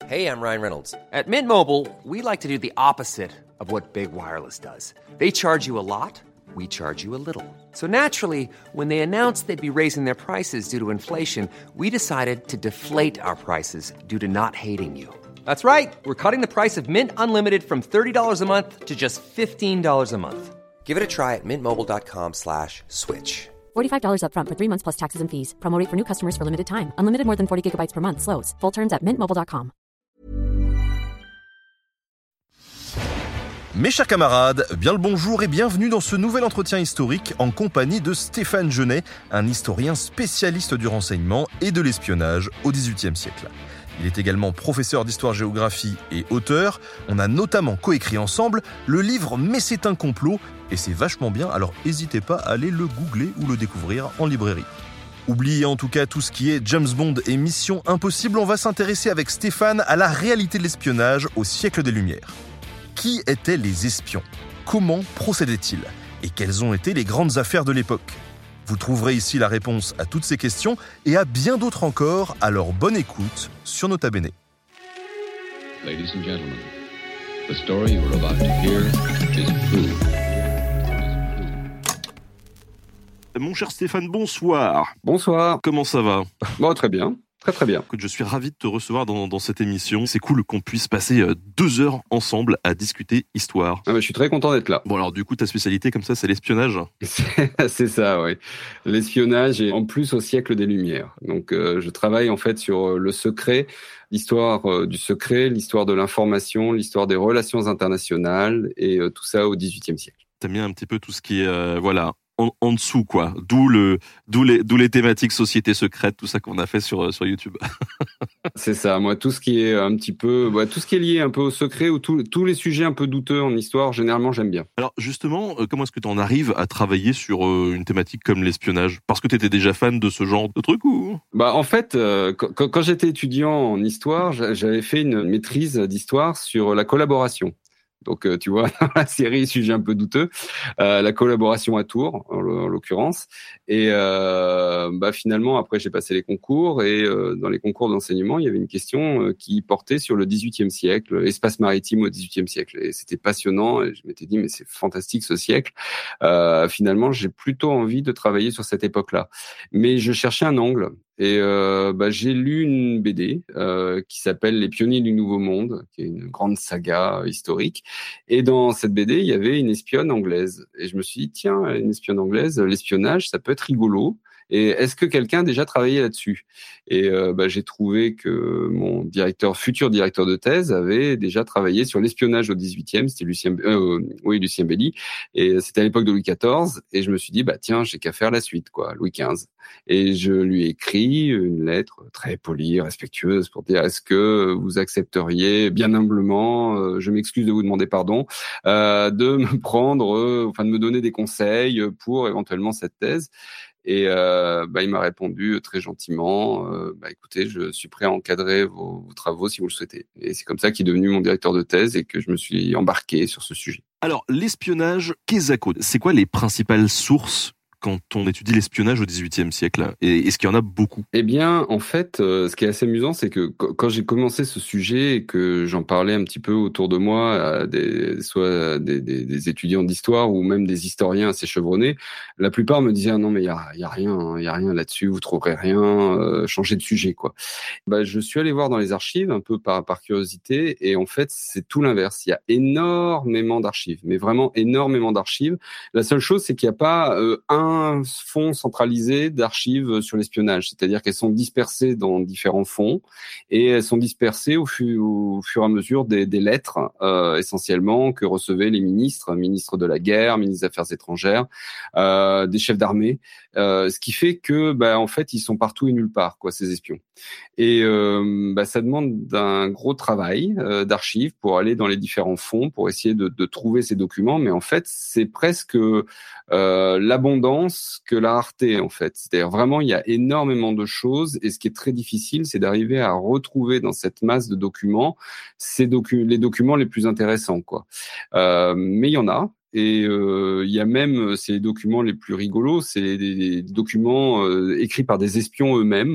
Hey, I'm Ryan Reynolds. At Mint Mobile, we like to do the opposite of what Big Wireless does. They charge you a lot, we charge you a little. So naturally, when they announced they'd be raising their prices due to inflation, we decided to deflate our prices due to not hating you. That's right. We're cutting the price of Mint Unlimited from $30 a month to just $15 a month. Give it a try at mintmobile.com/switch. $45 up front for 3 months plus taxes and fees. Promo rate for new customers for limited time. Unlimited more than 40 gigabytes per month. Slows full terms at mintmobile.com. Mes chers camarades, bien le bonjour et bienvenue dans ce nouvel entretien historique en compagnie de Stéphane Genet, un historien spécialiste du renseignement et de l'espionnage au XVIIIe siècle. Il est également professeur d'histoire-géographie et auteur. On a notamment coécrit ensemble le livre « Mais c'est un complot » et c'est vachement bien, alors n'hésitez pas à aller le googler ou le découvrir en librairie. Oubliez en tout cas tout ce qui est James Bond et Mission Impossible, on va s'intéresser avec Stéphane à la réalité de l'espionnage au siècle des Lumières. Qui étaient les espions ? Comment procédaient-ils ? Et quelles ont été les grandes affaires de l'époque ? Vous trouverez ici la réponse à toutes ces questions et à bien d'autres encore, alors bonne écoute sur Nota Bene. Ladies and gentlemen, the story you're about to hear is true. Mon cher Stéphane, bonsoir. Bonsoir. Comment ça va ? Bon, très bien. Très bien. Écoute, je suis ravi de te recevoir dans cette émission. C'est cool qu'on puisse passer 2 heures ensemble à discuter histoire. Je suis très content d'être là. Bon alors du coup, ta spécialité comme ça, c'est l'espionnage ? C'est ça, oui. L'espionnage et en plus au siècle des Lumières. Donc je travaille en fait sur le secret, l'histoire du secret, l'histoire de l'information, l'histoire des relations internationales et tout ça au XVIIIe siècle. T'aimes bien un petit peu tout ce qui est en dessous, quoi. D'où les thématiques société secrète, tout ça qu'on a fait sur YouTube. C'est ça. Moi, tout ce qui est un petit peu, tout ce qui est lié un peu au secret ou tous les sujets un peu douteux en histoire, généralement, j'aime bien. Alors, justement, comment est-ce que tu en arrives à travailler sur une thématique comme l'espionnage ? Parce que tu étais déjà fan de ce genre de truc ou ? En fait, quand j'étais étudiant en histoire, j'avais fait une maîtrise d'histoire sur la collaboration. Donc, tu vois, dans la série, sujet un peu douteux, la collaboration à Tours, en l'occurrence. Et finalement, après, j'ai passé les concours. Et dans les concours d'enseignement, il y avait une question qui portait sur le XVIIIe siècle, espace maritime au XVIIIe siècle. Et c'était passionnant. Et je m'étais dit, mais c'est fantastique ce siècle. Finalement, j'ai plutôt envie de travailler sur cette époque-là. Mais je cherchais un angle. Et j'ai lu une BD qui s'appelle Les Pionniers du Nouveau Monde, qui est une grande saga historique. Et dans cette BD, il y avait une espionne anglaise. Et je me suis dit, tiens, une espionne anglaise, l'espionnage, ça peut être rigolo. Et est-ce que quelqu'un a déjà travaillé là-dessus ? Et j'ai trouvé que mon futur directeur de thèse avait déjà travaillé sur l'espionnage au XVIIIe, c'était Lucien Belli, et c'était à l'époque de Louis XIV. Et je me suis dit, tiens, j'ai qu'à faire la suite, quoi, Louis XV. Et je lui ai écrit une lettre très polie, respectueuse, pour dire, est-ce que vous accepteriez, bien humblement, je m'excuse de vous demander pardon, de me prendre, de me donner des conseils pour éventuellement cette thèse. Et il m'a répondu très gentiment, écoutez, je suis prêt à encadrer vos travaux si vous le souhaitez. Et c'est comme ça qu'il est devenu mon directeur de thèse et que je me suis embarqué sur ce sujet. Alors, l'espionnage, Quesaco, c'est quoi les principales sources quand on étudie l'espionnage au XVIIIe siècle ? Et est-ce qu'il y en a beaucoup ? Eh bien, en fait, ce qui est assez amusant, c'est que quand j'ai commencé ce sujet et que j'en parlais un petit peu autour de moi, à soit des étudiants d'histoire ou même des historiens assez chevronnés, la plupart me disaient non mais il y a rien là-dessus, vous trouverez rien, changez de sujet quoi. Je suis allé voir dans les archives un peu par curiosité et en fait c'est tout l'inverse. Il y a énormément d'archives, mais vraiment énormément d'archives. La seule chose c'est qu'il n'y a pas un fonds centralisé d'archives sur l'espionnage, c'est-à-dire qu'elles sont dispersées dans différents fonds et elles sont dispersées au fur et à mesure des lettres essentiellement que recevaient les ministres de la guerre, ministres des Affaires étrangères, des chefs d'armée, ce qui fait que en fait ils sont partout et nulle part quoi ces espions. Et ça demande d'un gros travail d'archives pour aller dans les différents fonds pour essayer de trouver ces documents, mais en fait c'est presque l'abondance que la rareté en fait. C'est-à-dire vraiment il y a énormément de choses et ce qui est très difficile c'est d'arriver à retrouver dans cette masse de documents les documents les plus intéressants quoi. Mais il y en a. Et il y a même ces documents les plus rigolos, c'est des documents écrits par des espions eux-mêmes.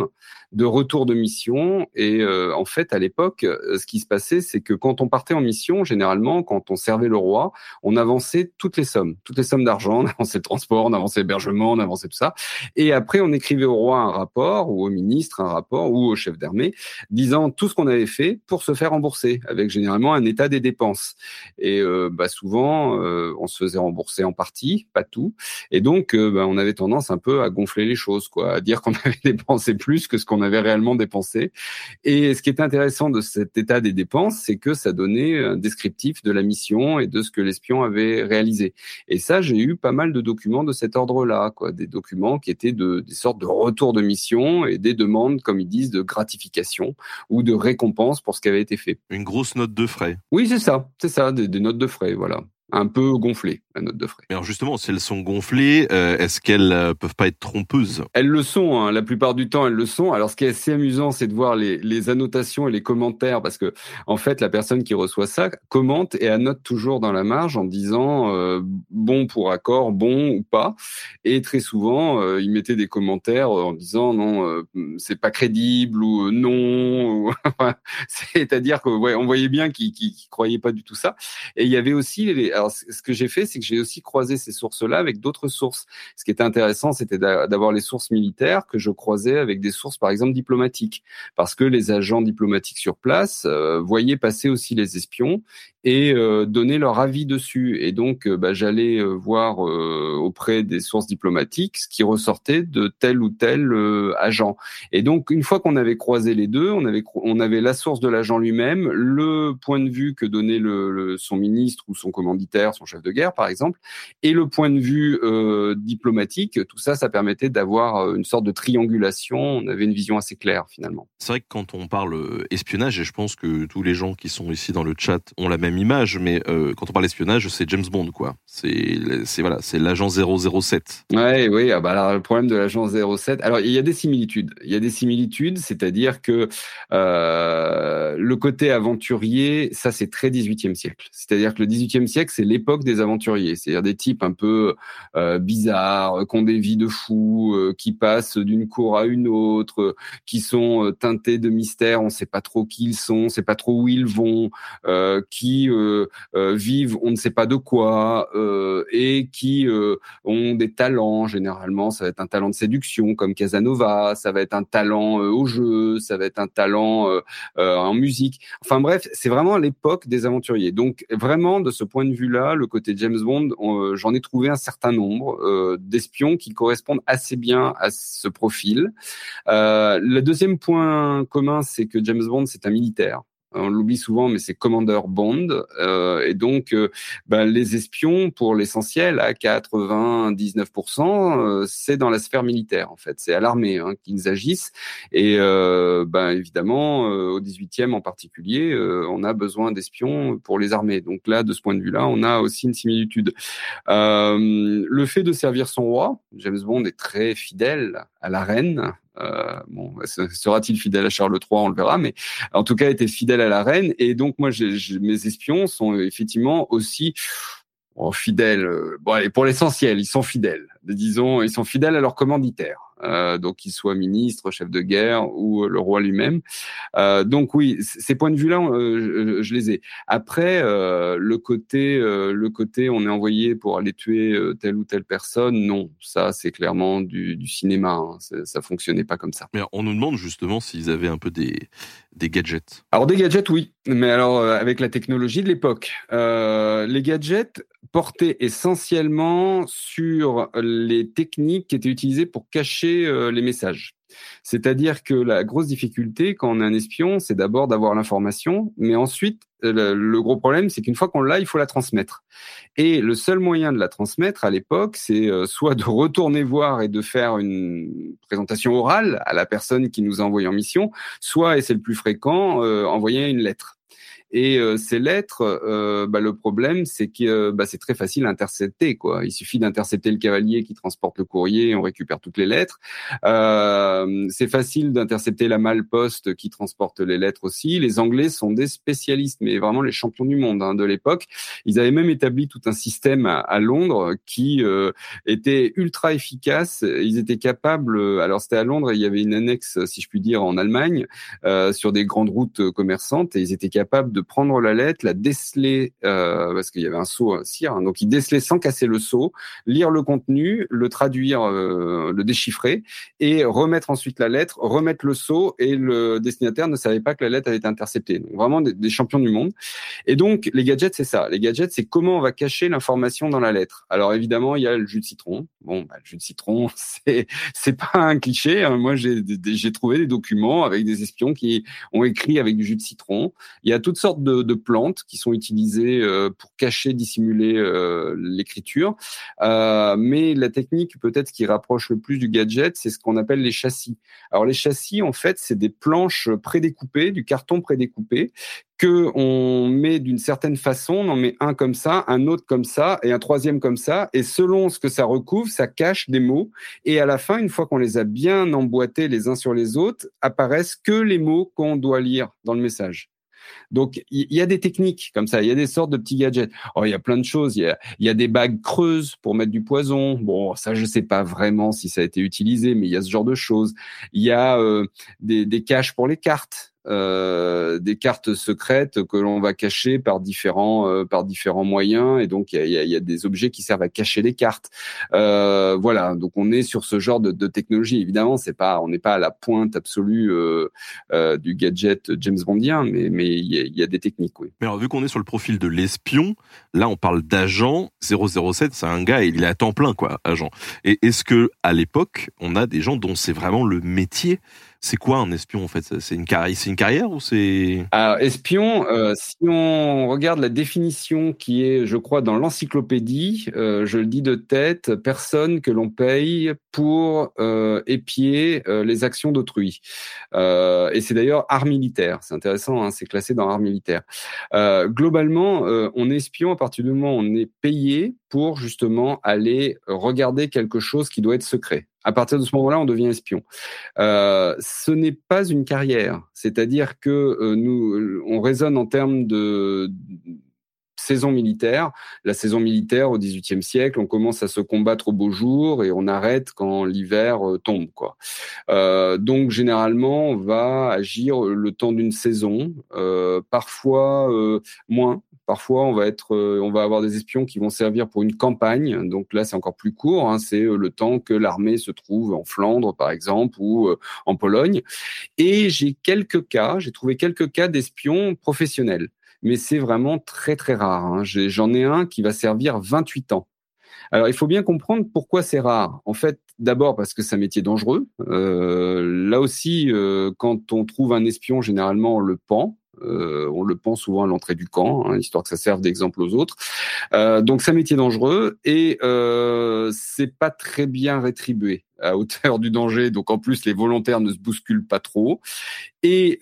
de retour de mission. Et en fait, à l'époque, ce qui se passait, c'est que quand on partait en mission, généralement, quand on servait le roi, on avançait toutes les sommes d'argent, on avançait le transport, on avançait l'hébergement, on avançait tout ça. Et après, on écrivait au roi un rapport, ou au ministre un rapport, ou au chef d'armée, disant tout ce qu'on avait fait pour se faire rembourser, avec généralement un état des dépenses. Et souvent, on se faisait rembourser en partie, pas tout. Et donc, on avait tendance un peu à gonfler les choses, quoi, à dire qu'on avait dépensé plus que ce qu'on avait réellement dépensé. Et ce qui est intéressant de cet état des dépenses, c'est que ça donnait un descriptif de la mission et de ce que l'espion avait réalisé. Et ça, j'ai eu pas mal de documents de cet ordre-là, quoi, des documents qui étaient des sortes de retours de mission et des demandes, comme ils disent, de gratification ou de récompense pour ce qui avait été fait. Une grosse note de frais. Oui, c'est ça, des notes de frais, voilà. Un peu gonflées, la note de frais. Mais alors justement, si elles sont gonflées, est-ce qu'elles peuvent pas être trompeuses ? Elles le sont, hein, la plupart du temps, elles le sont. Alors, ce qui est assez amusant, c'est de voir les annotations et les commentaires, parce que en fait, la personne qui reçoit ça commente et annote toujours dans la marge en disant bon pour accord, bon ou pas. Et très souvent, il mettait des commentaires en disant non, c'est pas crédible ou non. Ou... C'est-à-dire que on voyait bien qu'il croyait pas du tout ça. Et il y avait aussi alors, ce que j'ai fait, c'est que j'ai aussi croisé ces sources-là avec d'autres sources. Ce qui était intéressant, c'était d'avoir les sources militaires que je croisais avec des sources, par exemple, diplomatiques. Parce que les agents diplomatiques sur place voyaient passer aussi les espions et donner leur avis dessus. Et donc, j'allais voir auprès des sources diplomatiques ce qui ressortait de tel ou tel agent. Et donc, une fois qu'on avait croisé les deux, on avait la source de l'agent lui-même, le point de vue que donnait son ministre ou son commanditaire, son chef de guerre, par exemple, et le point de vue diplomatique. Tout ça, ça permettait d'avoir une sorte de triangulation. On avait une vision assez claire, finalement. C'est vrai que quand on parle espionnage, et je pense que tous les gens qui sont ici dans le chat ont la même image, mais quand on parle espionnage, c'est James Bond, quoi. C'est l'agent 007. Oui. Alors, le problème de l'agent 07. Alors, il y a des similitudes. C'est-à-dire que le côté aventurier, ça, c'est très 18e siècle. C'est-à-dire que le 18e siècle, c'est l'époque des aventuriers. C'est-à-dire des types un peu bizarres, qui ont des vies de fous, qui passent d'une cour à une autre, qui sont teintés de mystère. On ne sait pas trop qui ils sont, on ne sait pas trop où ils vont, qui vivent on ne sait pas de quoi, et qui ont des talents. Généralement, ça va être un talent de séduction comme Casanova, ça va être un talent au jeu, ça va être un talent en musique. Enfin bref, c'est vraiment l'époque des aventuriers. Donc vraiment, de ce point de vue-là, le côté James Bond, j'en ai trouvé un certain nombre d'espions qui correspondent assez bien à ce profil. Le deuxième point commun, c'est que James Bond, c'est un militaire. On l'oublie souvent, mais c'est Commander Bond. Et donc, les espions, pour l'essentiel, à 99%, c'est dans la sphère militaire, en fait. C'est à l'armée qu'ils agissent. Et évidemment, au 18e en particulier, on a besoin d'espions pour les armées. Donc là, de ce point de vue-là, on a aussi une similitude. Le fait de servir son roi, James Bond est très fidèle à la reine. Sera-t-il fidèle à Charles III, on le verra, mais en tout cas était fidèle à la reine. Et donc moi, mes espions sont effectivement aussi fidèles. Pour l'essentiel, ils sont fidèles. Disons, ils sont fidèles à leur commanditaire. Donc qu'ils soient ministres, chefs de guerre ou le roi lui-même. Donc oui, ces points de vue-là, je les ai. Après, le côté, on est envoyé pour aller tuer telle ou telle personne, non, ça c'est clairement du cinéma. Ça fonctionnait pas comme ça. Mais on nous demande justement s'ils avaient un peu des gadgets. Alors des gadgets, oui, mais alors avec la technologie de l'époque, les gadgets portaient essentiellement sur les techniques qui étaient utilisées pour cacher les messages. C'est-à-dire que la grosse difficulté quand on est un espion, c'est d'abord d'avoir l'information, mais ensuite, le gros problème, c'est qu'une fois qu'on l'a, il faut la transmettre. Et le seul moyen de la transmettre à l'époque, c'est soit de retourner voir et de faire une présentation orale à la personne qui nous a envoyé en mission, soit, et c'est le plus fréquent, envoyer une lettre. Et ces lettres, le problème, c'est que c'est très facile à intercepter, quoi. Il suffit d'intercepter le cavalier qui transporte le courrier, et on récupère toutes les lettres. C'est facile d'intercepter la malle-poste qui transporte les lettres aussi. Les Anglais sont des spécialistes, mais vraiment les champions du monde de l'époque. Ils avaient même établi tout un système à Londres qui était ultra efficace. Ils étaient capables, alors c'était à Londres, il y avait une annexe, si je puis dire, en Allemagne, sur des grandes routes commerçantes, et ils étaient capables de prendre la lettre, la déceler, parce qu'il y avait un sceau à cire, donc ils décelaient sans casser le sceau, lire le contenu, le traduire, le déchiffrer, et remettre ensuite la lettre, remettre le sceau, et le destinataire ne savait pas que la lettre avait été interceptée. Donc vraiment des champions du monde. Et donc les gadgets, c'est ça. Les gadgets, c'est comment on va cacher l'information dans la lettre. Alors évidemment, il y a le jus de citron. Bon, le jus de citron, c'est pas un cliché. Moi, j'ai trouvé des documents avec des espions qui ont écrit avec du jus de citron. Il y a toutes sortes de plantes qui sont utilisées pour cacher, dissimuler l'écriture. Mais la technique peut-être qui rapproche le plus du gadget, c'est ce qu'on appelle les châssis. Alors les châssis, en fait, c'est des planches prédécoupées, du carton prédécoupé, que on met d'une certaine façon, on en met un comme ça, un autre comme ça et un troisième comme ça, et selon ce que ça recouvre, ça cache des mots, et à la fin, une fois qu'on les a bien emboîtés les uns sur les autres, apparaissent que les mots qu'on doit lire dans le message. Donc, il y a des techniques comme ça, il y a des sortes de petits gadgets. Oh, il y a plein de choses, il y a des bagues creuses pour mettre du poison. Bon, ça, je sais pas vraiment si ça a été utilisé, mais il y a ce genre de choses. Il y a des caches pour les cartes. Des cartes secrètes que l'on va cacher par différents moyens, et donc il y a des objets qui servent à cacher les cartes. Voilà, donc on est sur ce genre de technologie. Évidemment, on n'est pas à la pointe absolue du gadget James Bondien, mais il y a des techniques, oui. Mais alors, vu qu'on est sur le profil de l'espion, là on parle d'agent 007, c'est un gars, il est à temps plein, quoi, agent. Et est-ce que à l'époque, on a des gens dont c'est vraiment le métier? C'est quoi un espion, en fait? C'est une carrière ou c'est... Alors, espion, si on regarde la définition qui est, je crois, dans l'encyclopédie, je le dis de tête, personne que l'on paye pour épier les actions d'autrui. Et c'est d'ailleurs art militaire. C'est intéressant, c'est classé dans art militaire. Globalement, on est espion à partir du moment où on est payé pour justement aller regarder quelque chose qui doit être secret. À partir de ce moment-là, on devient espion. Ce n'est pas une carrière, c'est-à-dire que nous, on raisonne en termes de saison militaire. La saison militaire au XVIIIe siècle, on commence à se combattre au beau jour et on arrête quand l'hiver tombe, quoi. Donc généralement, on va agir le temps d'une saison, parfois moins. Parfois, on va avoir des espions qui vont servir pour une campagne. Donc là, c'est encore plus court. C'est le temps que l'armée se trouve en Flandre, par exemple, ou en Pologne. Et j'ai trouvé quelques cas d'espions professionnels. Mais c'est vraiment très, très rare. J'en ai un qui va servir 28 ans. Alors, il faut bien comprendre pourquoi c'est rare. En fait, d'abord parce que c'est un métier dangereux. Là aussi, quand on trouve un espion, généralement, on le pend. On le pend souvent à l'entrée du camp, histoire que ça serve d'exemple aux autres. Donc c'est un métier dangereux et c'est pas très bien rétribué à hauteur du danger. Donc en plus les volontaires ne se bousculent pas trop. Et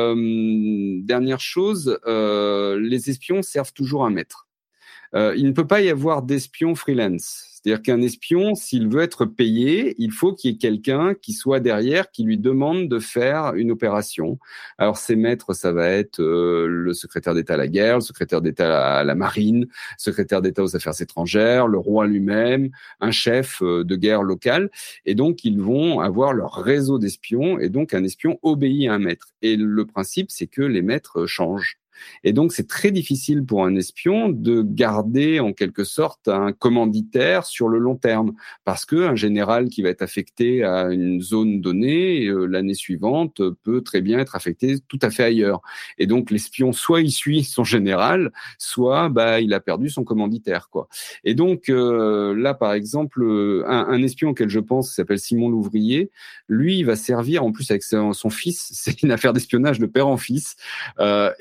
dernière chose, les espions servent toujours un maître. Il ne peut pas y avoir d'espion freelance. C'est-à-dire qu'un espion, s'il veut être payé, il faut qu'il y ait quelqu'un qui soit derrière, qui lui demande de faire une opération. Alors, ses maîtres, ça va être le secrétaire d'État à la guerre, le secrétaire d'État à la marine, secrétaire d'État aux affaires étrangères, le roi lui-même, un chef de guerre local. Et donc, ils vont avoir leur réseau d'espions. Et donc, un espion obéit à un maître. Et le principe, c'est que les maîtres changent. Et donc, c'est très difficile pour un espion de garder, en quelque sorte, un commanditaire sur le long terme. Parce qu'un général qui va être affecté à une zone donnée, l'année suivante, peut très bien être affecté tout à fait ailleurs. Et donc, l'espion, soit il suit son général, soit il a perdu son commanditaire, quoi. Et donc, là, par exemple, un espion auquel je pense, qui s'appelle Simon Louvrier, lui, il va servir, en plus, avec son fils, c'est une affaire d'espionnage de père en fils, et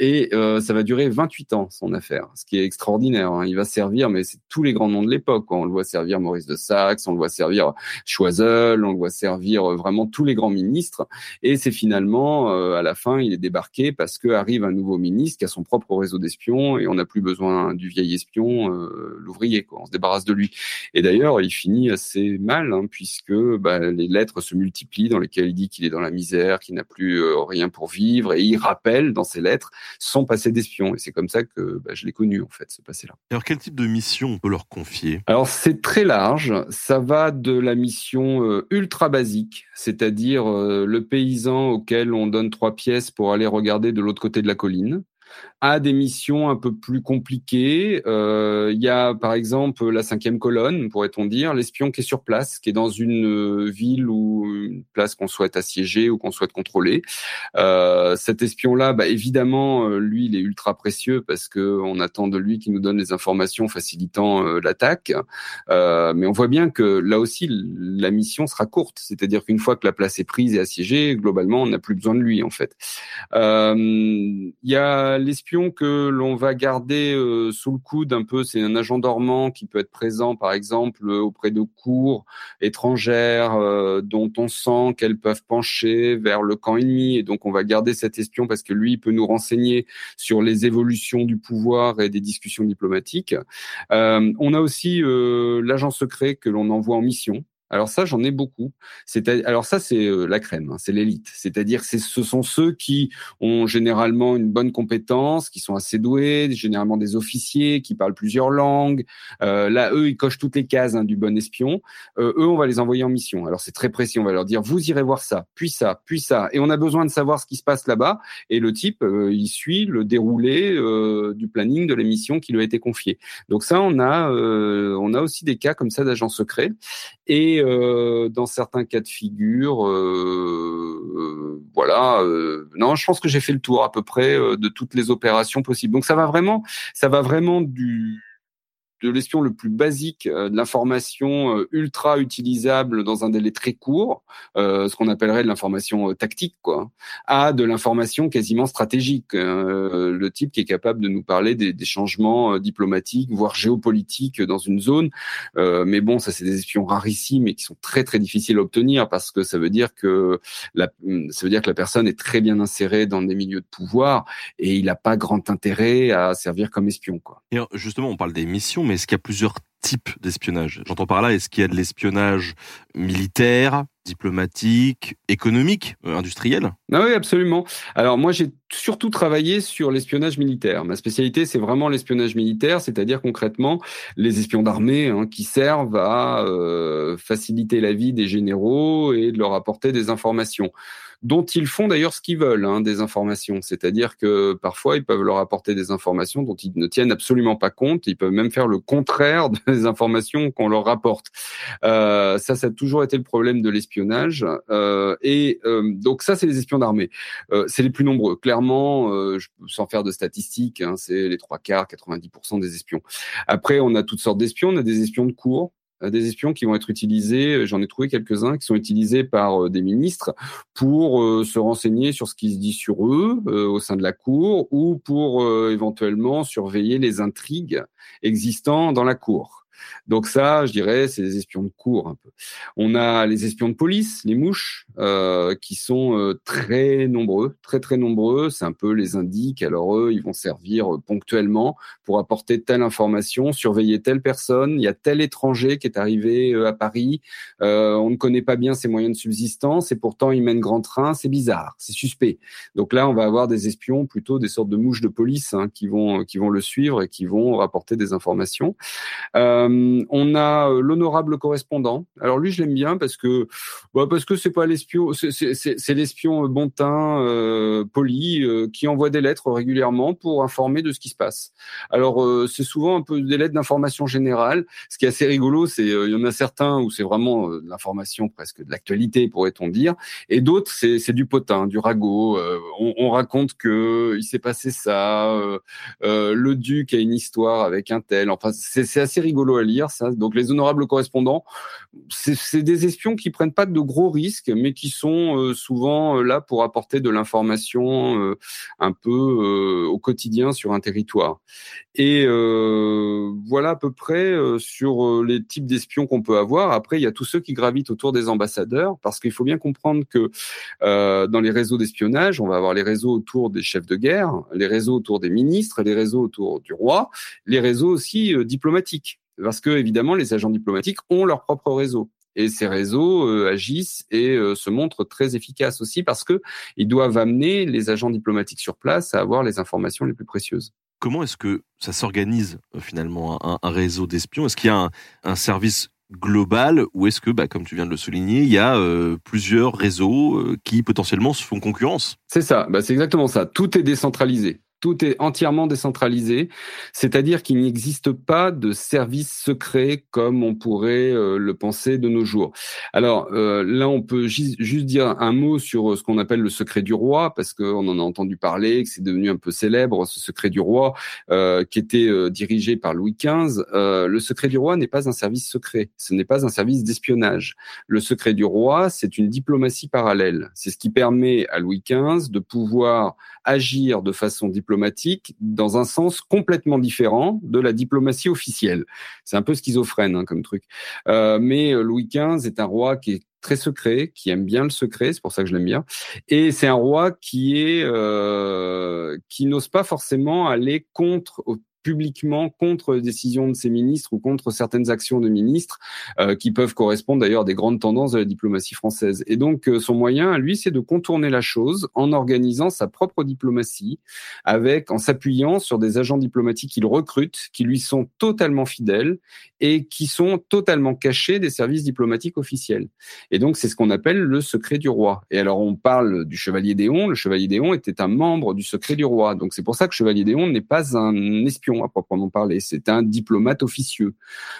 ça va durer 28 ans, son affaire, ce qui est extraordinaire. Hein. Il va servir, mais c'est tous les grands noms de l'époque, quoi. On le voit servir Maurice de Saxe, on le voit servir Choiseul, on le voit servir vraiment tous les grands ministres. Et c'est finalement, à la fin, il est débarqué parce que arrive un nouveau ministre qui a son propre réseau d'espions et on n'a plus besoin du vieil espion, l'ouvrier, quoi. On se débarrasse de lui. Et d'ailleurs, il finit assez mal, hein, puisque les lettres se multiplient dans lesquelles il dit qu'il est dans la misère, qu'il n'a plus rien pour vivre, et il rappelle dans ses lettres son passé d'espion. Et c'est comme ça que je l'ai connu, en fait, ce passé-là. Alors, quel type de mission on peut leur confier ? Alors, c'est très large. Ça va de la mission ultra basique, c'est-à-dire le paysan auquel on donne 3 pièces pour aller regarder de l'autre côté de la colline, à des missions un peu plus compliquées. Il y a par exemple la 5e colonne, pourrait-on dire, l'espion qui est sur place, qui est dans une ville ou une place qu'on souhaite assiéger ou qu'on souhaite contrôler. Cet espion-là, évidemment, lui, il est ultra précieux parce que on attend de lui qu'il nous donne les informations facilitant l'attaque. Mais on voit bien que là aussi, la mission sera courte. C'est-à-dire qu'une fois que la place est prise et assiégée, globalement, on n'a plus besoin de lui, en fait. Il y a l'espion que l'on va garder sous le coude un peu, c'est un agent dormant qui peut être présent par exemple auprès de cours étrangères dont on sent qu'elles peuvent pencher vers le camp ennemi, et donc on va garder cet espion parce que lui il peut nous renseigner sur les évolutions du pouvoir et des discussions diplomatiques. On a aussi l'agent secret que l'on envoie en mission. Alors ça, j'en ai beaucoup. Alors ça, c'est la crème, hein, c'est l'élite. C'est-à-dire, ce sont ceux qui ont généralement une bonne compétence, qui sont assez doués, généralement des officiers, qui parlent plusieurs langues. Là, eux, ils cochent toutes les cases du bon espion. Eux, on va les envoyer en mission. Alors c'est très précis. On va leur dire, vous irez voir ça, puis ça, puis ça. Et on a besoin de savoir ce qui se passe là-bas. Et le type, il suit le déroulé du planning de la mission qui lui a été confiée. Donc ça, on a aussi des cas comme ça d'agents secrets. Et dans certains cas de figure, non, je pense que j'ai fait le tour à peu près de toutes les opérations possibles. Donc ça va vraiment de l'espion le plus basique, de l'information ultra utilisable dans un délai très court, ce qu'on appellerait de l'information tactique, quoi, à de l'information quasiment stratégique. Le type qui est capable de nous parler des changements diplomatiques, voire géopolitiques dans une zone. Mais bon, ça c'est des espions rarissimes et qui sont très très difficiles à obtenir parce que ça veut dire que la personne est très bien insérée dans des milieux de pouvoir et il n'a pas grand intérêt à servir comme espion, quoi. Et justement, on parle des missions, mais est-ce qu'il y a plusieurs types d'espionnage ? J'entends par là, est-ce qu'il y a de l'espionnage militaire, diplomatique, économique, industriel ? Ah oui, absolument. Alors moi, j'ai surtout travaillé sur l'espionnage militaire. Ma spécialité, c'est vraiment l'espionnage militaire, c'est-à-dire concrètement les espions d'armée qui servent à faciliter la vie des généraux et de leur apporter des informations, dont ils font d'ailleurs ce qu'ils veulent, des informations. C'est-à-dire que parfois, ils peuvent leur apporter des informations dont ils ne tiennent absolument pas compte. Ils peuvent même faire le contraire des informations qu'on leur rapporte. Ça a toujours été le problème de l'espionnage. Donc ça, c'est les espions d'armée. C'est les plus nombreux. Clairement, sans faire de statistiques, c'est les 3/4, 90% des espions. Après, on a toutes sortes d'espions. On a des espions de cour, des espions qui vont être utilisés, j'en ai trouvé quelques-uns qui sont utilisés par des ministres pour se renseigner sur ce qui se dit sur eux au sein de la cour ou pour éventuellement surveiller les intrigues existant dans la cour. Donc ça, je dirais, c'est les espions de cour un peu. On a les espions de police, les mouches, qui sont très nombreux, très très nombreux. C'est un peu les indiques. Alors eux, ils vont servir ponctuellement pour apporter telle information, surveiller telle personne. Il y a tel étranger qui est arrivé à Paris. On ne connaît pas bien ses moyens de subsistance et pourtant il mène grand train. C'est bizarre, c'est suspect. Donc là, on va avoir des espions, plutôt des sortes de mouches de police qui vont le suivre et qui vont rapporter des informations. On a l'honorable correspondant. Alors lui, je l'aime bien parce que c'est pas l'espion, c'est l'espion bon teint, poli, qui envoie des lettres régulièrement pour informer de ce qui se passe. Alors c'est souvent un peu des lettres d'information générale. Ce qui est assez rigolo, c'est il y en a certains où c'est vraiment de l'information presque de l'actualité, pourrait-on dire, et d'autres c'est du potin, du ragot. On raconte que il s'est passé ça. Le duc a une histoire avec un tel. Enfin, c'est assez rigolo rigolo à lire, ça. Donc les honorables correspondants, c'est des espions qui prennent pas de gros risques, mais qui sont souvent là pour apporter de l'information un peu au quotidien sur un territoire. Et voilà à peu près sur les types d'espions qu'on peut avoir. Après, il y a tous ceux qui gravitent autour des ambassadeurs, parce qu'il faut bien comprendre que dans les réseaux d'espionnage, on va avoir les réseaux autour des chefs de guerre, les réseaux autour des ministres, les réseaux autour du roi, les réseaux aussi diplomatiques, parce que évidemment les agents diplomatiques ont leur propre réseau. Et ces réseaux agissent et se montrent très efficaces aussi, parce que ils doivent amener les agents diplomatiques sur place à avoir les informations les plus précieuses. Comment est-ce que ça s'organise finalement un réseau d'espions ? Est-ce qu'il y a un service global, ou est-ce que, comme tu viens de le souligner, il y a plusieurs réseaux qui potentiellement se font concurrence ? C'est ça, c'est exactement ça. Tout est décentralisé. Tout est entièrement décentralisé, c'est-à-dire qu'il n'existe pas de service secret comme on pourrait le penser de nos jours. Alors là, on peut juste dire un mot sur ce qu'on appelle le secret du roi, parce qu'on en a entendu parler, que c'est devenu un peu célèbre, ce secret du roi, qui était dirigé par Louis XV. Le secret du roi n'est pas un service secret, ce n'est pas un service d'espionnage. Le secret du roi, c'est une diplomatie parallèle. C'est ce qui permet à Louis XV de pouvoir agir de façon diplomatique dans un sens complètement différent de la diplomatie officielle. C'est un peu schizophrène comme truc. Mais Louis XV est un roi qui est très secret, qui aime bien le secret, c'est pour ça que je l'aime bien. Et c'est un roi qui n'ose pas forcément aller publiquement contre les décisions de ses ministres ou contre certaines actions de ministres qui peuvent correspondre d'ailleurs à des grandes tendances de la diplomatie française. Et donc son moyen, lui, c'est de contourner la chose en organisant sa propre diplomatie, en s'appuyant sur des agents diplomatiques qu'il recrute, qui lui sont totalement fidèles et qui sont totalement cachés des services diplomatiques officiels. Et donc c'est ce qu'on appelle le secret du roi. Et alors on parle du chevalier d'Éon. Le chevalier d'Éon était un membre du secret du roi. Donc c'est pour ça que chevalier d'Éon n'est pas un espion à proprement parler, c'est un diplomate officieux.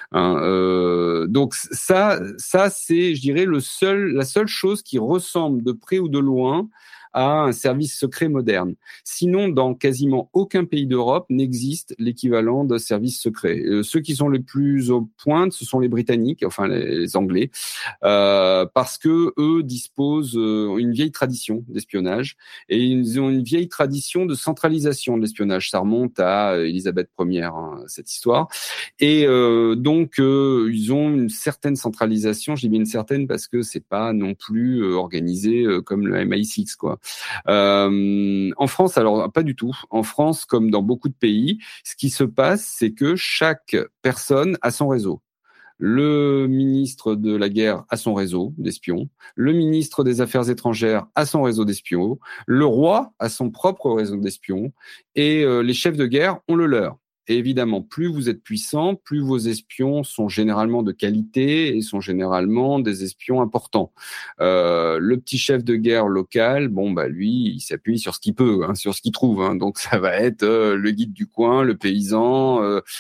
Donc ça c'est, je dirais, la seule chose qui ressemble de près ou de loin à un service secret moderne. Sinon, dans quasiment aucun pays d'Europe n'existe l'équivalent de service secret. Ceux qui sont les plus aux pointes, ce sont les Britanniques, enfin les Anglais, parce que eux disposent une vieille tradition d'espionnage et ils ont une vieille tradition de centralisation de l'espionnage. Ça remonte à Élisabeth Ier, cette histoire. Et donc ils ont une certaine centralisation. Je dis bien une certaine parce que c'est pas non plus organisé comme le MI6, quoi. En France, alors pas du tout. En France, comme dans beaucoup de pays, ce qui se passe, c'est que chaque personne a son réseau. Le ministre de la guerre a son réseau d'espions, le ministre des Affaires étrangères a son réseau d'espions, le roi a son propre réseau d'espions, et les chefs de guerre ont le leur. Et évidemment, plus vous êtes puissant, plus vos espions sont généralement de qualité et sont généralement des espions importants. Le petit chef de guerre local, lui, il s'appuie sur ce qu'il peut, sur ce qu'il trouve. Donc ça va être le guide du coin, le paysan,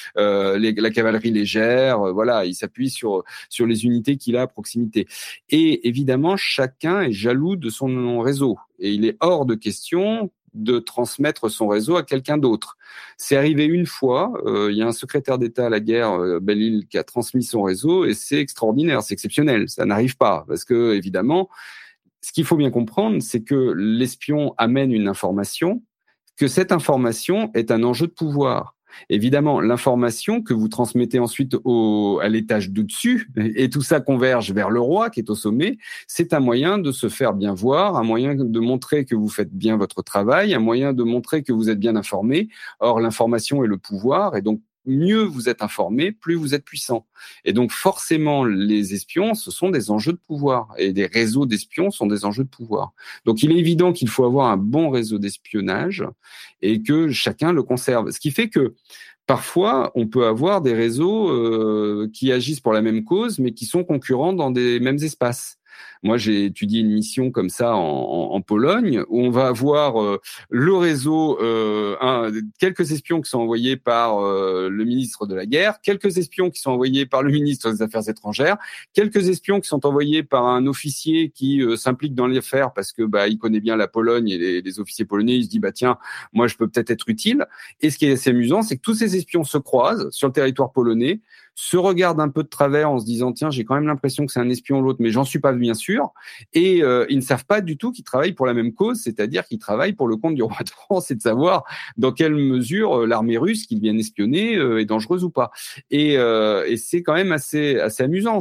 la cavalerie légère. Voilà, il s'appuie sur les unités qu'il a à proximité. Et évidemment, chacun est jaloux de son réseau. Et il est hors de question de transmettre son réseau à quelqu'un d'autre. C'est arrivé une fois, il y a un secrétaire d'État à la guerre, Belle-Île, qui a transmis son réseau, et c'est extraordinaire, c'est exceptionnel. Ça n'arrive pas, parce que, évidemment, ce qu'il faut bien comprendre, c'est que l'espion amène une information, que cette information est un enjeu de pouvoir. Évidemment, l'information que vous transmettez ensuite à l'étage du dessus, et tout ça converge vers le roi qui est au sommet, c'est un moyen de se faire bien voir, un moyen de montrer que vous faites bien votre travail, un moyen de montrer que vous êtes bien informé. Or, l'information est le pouvoir, et donc mieux vous êtes informé, plus vous êtes puissant. Et donc forcément, les espions, ce sont des enjeux de pouvoir. Et des réseaux d'espions sont des enjeux de pouvoir. Donc il est évident qu'il faut avoir un bon réseau d'espionnage et que chacun le conserve. Ce qui fait que parfois, on peut avoir des réseaux qui agissent pour la même cause, mais qui sont concurrents dans des mêmes espaces. Moi, j'ai étudié une mission comme ça en Pologne, où on va avoir le réseau, quelques espions qui sont envoyés par le ministre de la guerre, quelques espions qui sont envoyés par le ministre des Affaires étrangères, quelques espions qui sont envoyés par un officier qui s'implique dans l'affaire parce que il connaît bien la Pologne et les officiers polonais, il se dit tiens, moi je peux peut-être être utile. Et ce qui est assez amusant, c'est que tous ces espions se croisent sur le territoire polonais, se regardent un peu de travers en se disant tiens, j'ai quand même l'impression que c'est un espion l'autre, mais j'en suis pas bien sûr. Et ils ne savent pas du tout qu'ils travaillent pour la même cause, c'est-à-dire qu'ils travaillent pour le compte du roi de France et de savoir dans quelle mesure l'armée russe qu'ils viennent espionner est dangereuse ou pas. Et c'est quand même assez amusant.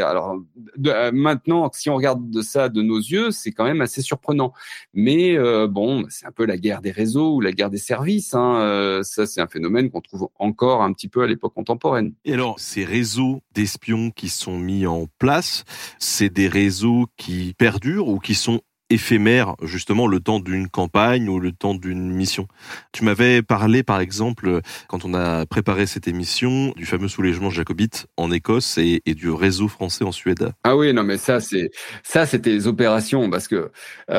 Maintenant, si on regarde de ça de nos yeux, c'est quand même assez surprenant. Mais bon, c'est un peu la guerre des réseaux ou la guerre des services. Ça, c'est un phénomène qu'on trouve encore un petit peu à l'époque contemporaine. Et alors, ces réseaux d'espions qui sont mis en place, c'est des réseaux qui perdurent ou qui sont éphémères, justement, le temps d'une campagne ou le temps d'une mission. Tu m'avais parlé, par exemple, quand on a préparé cette émission, du fameux soulèvement jacobite en Écosse et du réseau français en Suède. Ah oui, non, mais c'était les opérations, parce que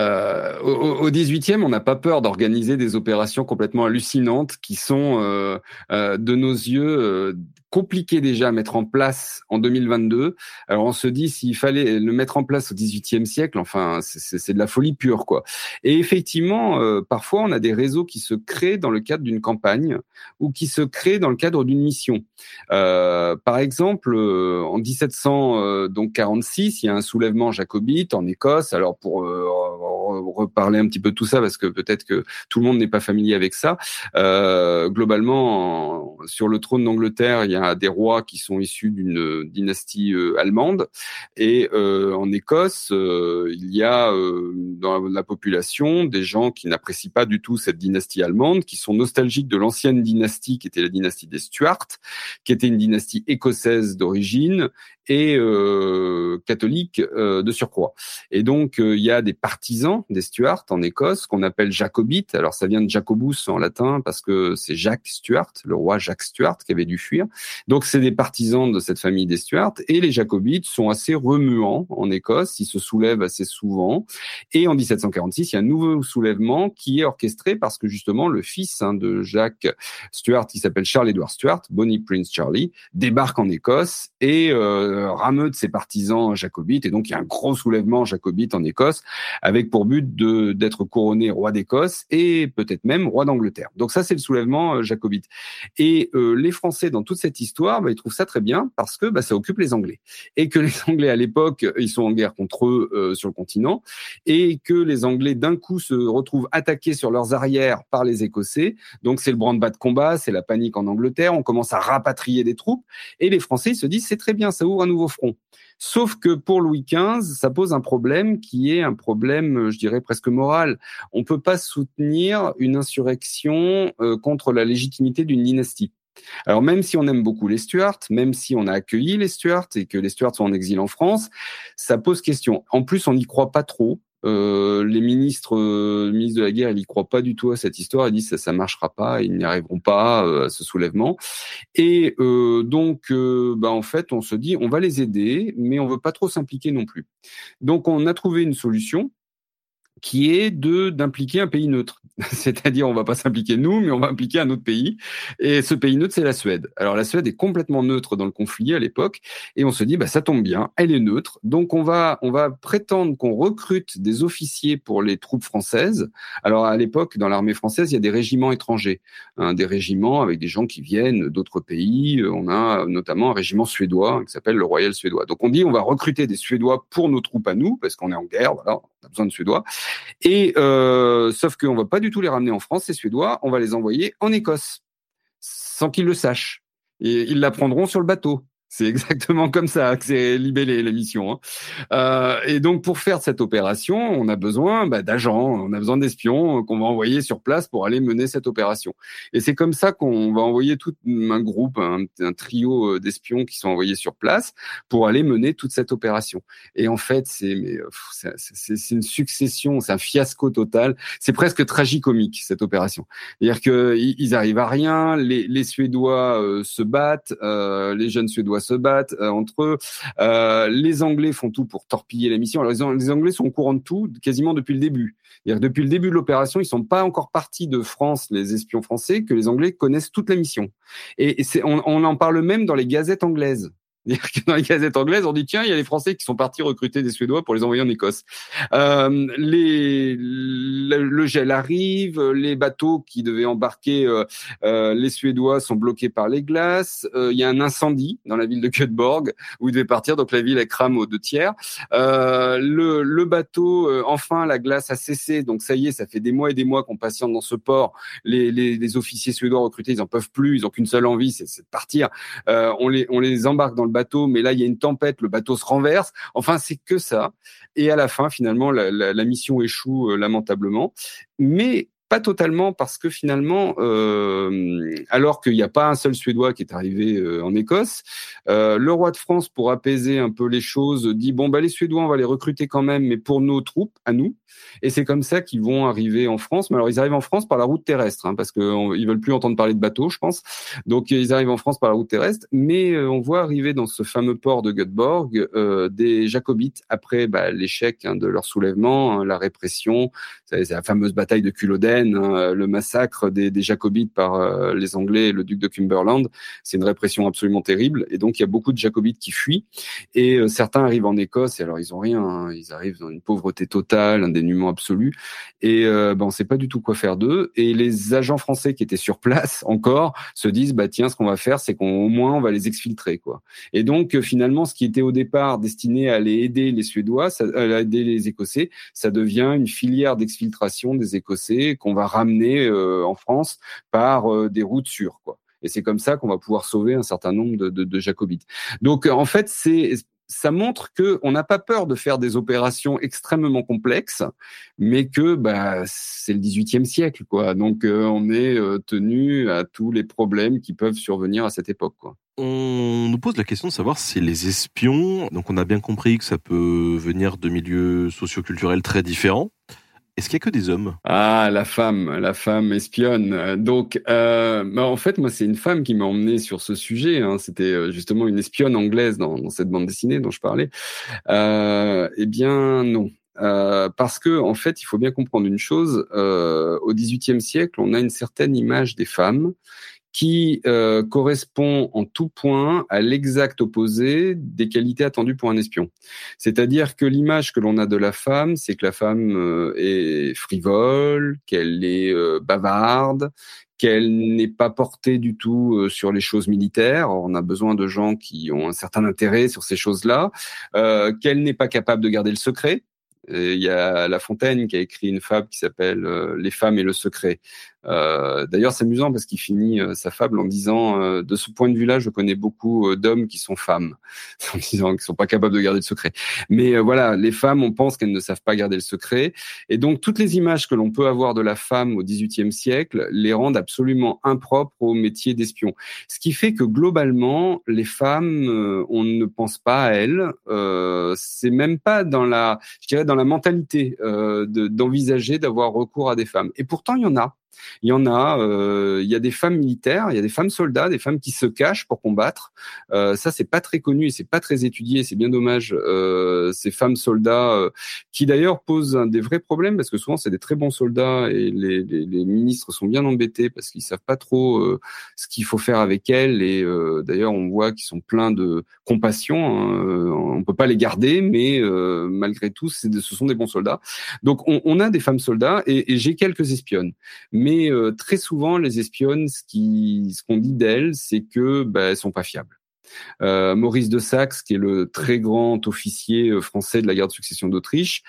au 18e, on n'a pas peur d'organiser des opérations complètement hallucinantes qui sont, de nos yeux, compliqué déjà à mettre en place en 2022. Alors on se dit s'il fallait le mettre en place au XVIIIe siècle, enfin c'est de la folie pure quoi. Et effectivement, parfois on a des réseaux qui se créent dans le cadre d'une campagne ou qui se créent dans le cadre d'une mission. Par exemple, en 1746, il y a un soulèvement jacobite en Écosse. Alors pour reparler un petit peu de tout ça, parce que peut-être que tout le monde n'est pas familier avec ça. Globalement, sur le trône d'Angleterre, il y a des rois qui sont issus d'une dynastie allemande, et en Écosse, il y a dans la population des gens qui n'apprécient pas du tout cette dynastie allemande, qui sont nostalgiques de l'ancienne dynastie qui était la dynastie des Stuarts, qui était une dynastie écossaise d'origine et catholique de surcroît. Et donc il y a des partisans des Stuarts en Écosse qu'on appelle jacobites. Alors ça vient de Jacobus en latin parce que c'est Jacques Stuart, le roi Jacques Stuart qui avait dû fuir. Donc c'est des partisans de cette famille des Stuarts, et les jacobites sont assez remuants en Écosse, ils se soulèvent assez souvent. Et en 1746, il y a un nouveau soulèvement qui est orchestré parce que justement le fils de Jacques Stuart, qui s'appelle Charles Edward Stuart, Bonnie Prince Charlie, débarque en Écosse et rameute ses partisans jacobites, et donc il y a un gros soulèvement jacobite en Écosse avec pour but d'être couronné roi d'Écosse et peut-être même roi d'Angleterre. Donc ça c'est le soulèvement jacobite. Et les Français dans toute cette histoire, ils trouvent ça très bien parce que ça occupe les Anglais, et que les Anglais à l'époque ils sont en guerre contre eux sur le continent, et que les Anglais d'un coup se retrouvent attaqués sur leurs arrières par les Écossais. Donc c'est le branle-bas de combat, c'est la panique en Angleterre, on commence à rapatrier des troupes, et les Français ils se disent c'est très bien, ça ouvre un nouveau front. Sauf que pour Louis XV, ça pose un problème qui est un problème, je dirais, presque moral. On peut pas soutenir une insurrection contre la légitimité d'une dynastie. Alors même si on aime beaucoup les Stuarts, même si on a accueilli les Stuarts et que les Stuarts sont en exil en France, ça pose question. En plus, on n'y croit pas trop. Les ministres de la guerre, ils n'y croient pas du tout à cette histoire. Ils disent ça marchera pas, ils n'y arriveront pas à ce soulèvement. Et donc, en fait, on se dit on va les aider, mais on veut pas trop s'impliquer non plus. Donc, on a trouvé une solution qui est d'impliquer un pays neutre. C'est-à-dire, on va pas s'impliquer nous, mais on va impliquer un autre pays. Et ce pays neutre, c'est la Suède. Alors, la Suède est complètement neutre dans le conflit à l'époque. Et on se dit, ça tombe bien, elle est neutre. Donc, on va prétendre qu'on recrute des officiers pour les troupes françaises. Alors, à l'époque, dans l'armée française, il y a des régiments étrangers. Des régiments avec des gens qui viennent d'autres pays. On a notamment un régiment suédois qui s'appelle le Royal Suédois. Donc, on dit, on va recruter des Suédois pour nos troupes à nous, parce qu'on est en guerre, voilà, on a besoin de Suédois. Et sauf qu'on va pas du tout les ramener en France, ces Suédois, on va les envoyer en Écosse, sans qu'ils le sachent. Et ils l'apprendront sur le bateau. C'est exactement comme ça que c'est libellé la mission. Et donc pour faire cette opération, on a besoin d'agents, on a besoin d'espions qu'on va envoyer sur place pour aller mener cette opération. Et c'est comme ça qu'on va envoyer tout un groupe, un trio d'espions qui sont envoyés sur place pour aller mener toute cette opération. Et en fait, c'est une succession, c'est un fiasco total. C'est presque tragicomique cette opération. C'est-à-dire que ils arrivent à rien, les Suédois se battent, les jeunes Suédois se battent entre eux. Les Anglais font tout pour torpiller la mission. Alors les Anglais sont au courant de tout quasiment depuis le début. C'est-à-dire, depuis le début de l'opération, ils sont pas encore partis de France, les espions français, que les Anglais connaissent toute la mission. Et on en parle même dans les gazettes anglaises. C'est-à-dire que dans les gazettes anglaises, on dit tiens, il y a les Français qui sont partis recruter des Suédois pour les envoyer en Écosse. Le gel arrive, les bateaux qui devaient embarquer les Suédois sont bloqués par les glaces. Il y a un incendie dans la ville de Göteborg où ils devaient partir, donc la ville elle crame aux 2/3. Le bateau, enfin la glace a cessé, donc ça y est, ça fait des mois et des mois qu'on patiente dans ce port. Les officiers suédois recrutés, ils en peuvent plus, ils ont qu'une seule envie, c'est de partir. On les embarque dans le bateau, mais là il y a une tempête, le bateau se renverse. Enfin, c'est que ça. Et à la fin, finalement, la mission échoue lamentablement, mais pas totalement, parce que finalement, alors qu'il n'y a pas un seul Suédois qui est arrivé en Écosse, le roi de France, pour apaiser un peu les choses, dit bon les Suédois, on va les recruter quand même, mais pour nos troupes, à nous. Et c'est comme ça qu'ils vont arriver en France. Mais alors ils arrivent en France par la route terrestre, parce que ils veulent plus entendre parler de bateaux, je pense. Donc ils arrivent en France par la route terrestre, mais on voit arriver dans ce fameux port de Göteborg des Jacobites après l'échec de leur soulèvement, la répression, c'est la fameuse bataille de Culloden. Le massacre des Jacobites par les Anglais et le duc de Cumberland, c'est une répression absolument terrible, et donc il y a beaucoup de Jacobites qui fuient, et certains arrivent en Écosse, et alors ils ont rien, ils arrivent dans une pauvreté totale, un dénuement absolu, et on sait pas du tout quoi faire d'eux, et les agents français qui étaient sur place encore se disent tiens, ce qu'on va faire, c'est qu'au moins on va les exfiltrer, quoi. Et donc finalement, ce qui était au départ destiné à aller aider les Suédois, à aider les Écossais, ça devient une filière d'exfiltration des Écossais qu'on va ramener en France par des routes sûres, quoi. Et c'est comme ça qu'on va pouvoir sauver un certain nombre de Jacobites. Donc en fait, ça montre que on n'a pas peur de faire des opérations extrêmement complexes, mais que c'est le XVIIIe siècle, quoi. Donc on est tenu à tous les problèmes qui peuvent survenir à cette époque, quoi. On nous pose la question de savoir si les espions, donc on a bien compris que ça peut venir de milieux socioculturels très différents. Est-ce qu'il y a que des hommes ? Ah, la femme espionne. Donc, en fait, moi, c'est une femme qui m'a emmené sur ce sujet. C'était justement une espionne anglaise dans cette bande dessinée dont je parlais. Eh bien, non. Parce que, en fait, il faut bien comprendre une chose. Au XVIIIe siècle, on a une certaine image des femmes qui correspond en tout point à l'exact opposé des qualités attendues pour un espion. C'est-à-dire que l'image que l'on a de la femme, c'est que la femme est frivole, qu'elle est bavarde, qu'elle n'est pas portée du tout sur les choses militaires. On a besoin de gens qui ont un certain intérêt sur ces choses-là, qu'elle n'est pas capable de garder le secret. Il y a La Fontaine qui a écrit une fable qui s'appelle Les femmes et le secret. D'ailleurs, c'est amusant parce qu'il finit sa fable en disant de ce point de vue-là, je connais beaucoup d'hommes qui sont femmes, en disant qu'ils sont pas capables de garder le secret. Mais voilà, les femmes, on pense qu'elles ne savent pas garder le secret, et donc toutes les images que l'on peut avoir de la femme au XVIIIe siècle les rendent absolument impropres au métier d'espion. Ce qui fait que globalement, les femmes, on ne pense pas à elles. C'est même pas dans la mentalité d'envisager d'avoir recours à des femmes. Et pourtant, il y en a. Il y a des femmes militaires, il y a des femmes soldats, des femmes qui se cachent pour combattre. Ça, c'est pas très connu et c'est pas très étudié. C'est bien dommage. Ces femmes soldats qui d'ailleurs posent des vrais problèmes parce que souvent c'est des très bons soldats et les ministres sont bien embêtés parce qu'ils savent pas trop ce qu'il faut faire avec elles. Et d'ailleurs, on voit qu'ils sont pleins de compassion. On peut pas les garder, mais malgré tout, ce sont des bons soldats. Donc, on a des femmes soldats et j'ai quelques espionnes. Mais très souvent, les espionnes, ce qu'on dit d'elles, c'est que elles sont pas fiables. Maurice de Saxe, qui est le très grand officier français de la guerre de succession d'Autriche,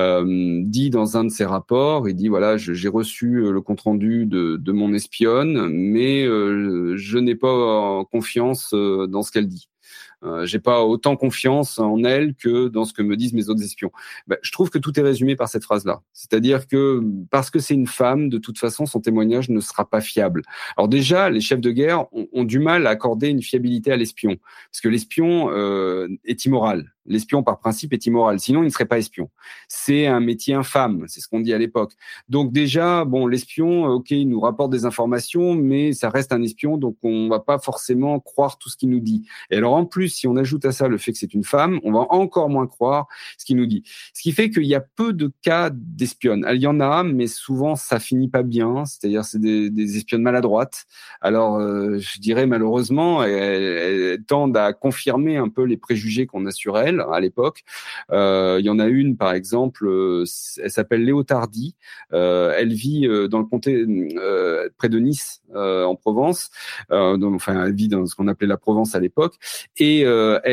dit dans un de ses rapports, il dit voilà, j'ai reçu le compte-rendu de mon espionne, mais je n'ai pas confiance dans ce qu'elle dit. J'ai pas autant confiance en elle que dans ce que me disent mes autres espions. Je trouve que tout est résumé par cette phrase-là. C'est-à-dire que parce que c'est une femme, de toute façon, son témoignage ne sera pas fiable. Alors déjà, les chefs de guerre ont du mal à accorder une fiabilité à l'espion, parce que l'espion est immoral. L'espion, par principe, est immoral. Sinon, il ne serait pas espion. C'est un métier infâme. C'est ce qu'on dit à l'époque. Donc déjà, l'espion, ok, il nous rapporte des informations, mais ça reste un espion, donc on va pas forcément croire tout ce qu'il nous dit. Et alors, en plus, si on ajoute à ça le fait que c'est une femme, on va encore moins croire ce qu'il nous dit. Ce qui fait qu'il y a peu de cas d'espionnes. Il y en a, mais souvent, ça finit pas bien. C'est-à-dire, c'est des espionnes maladroites. Alors, je dirais, malheureusement, elles tendent à confirmer un peu les préjugés qu'on a sur elles à l'époque. Il y en a une, par exemple, elle s'appelle Léotardie. Elle vit dans le comté près de Nice, en Provence. Elle vit dans ce qu'on appelait la Provence à l'époque. Et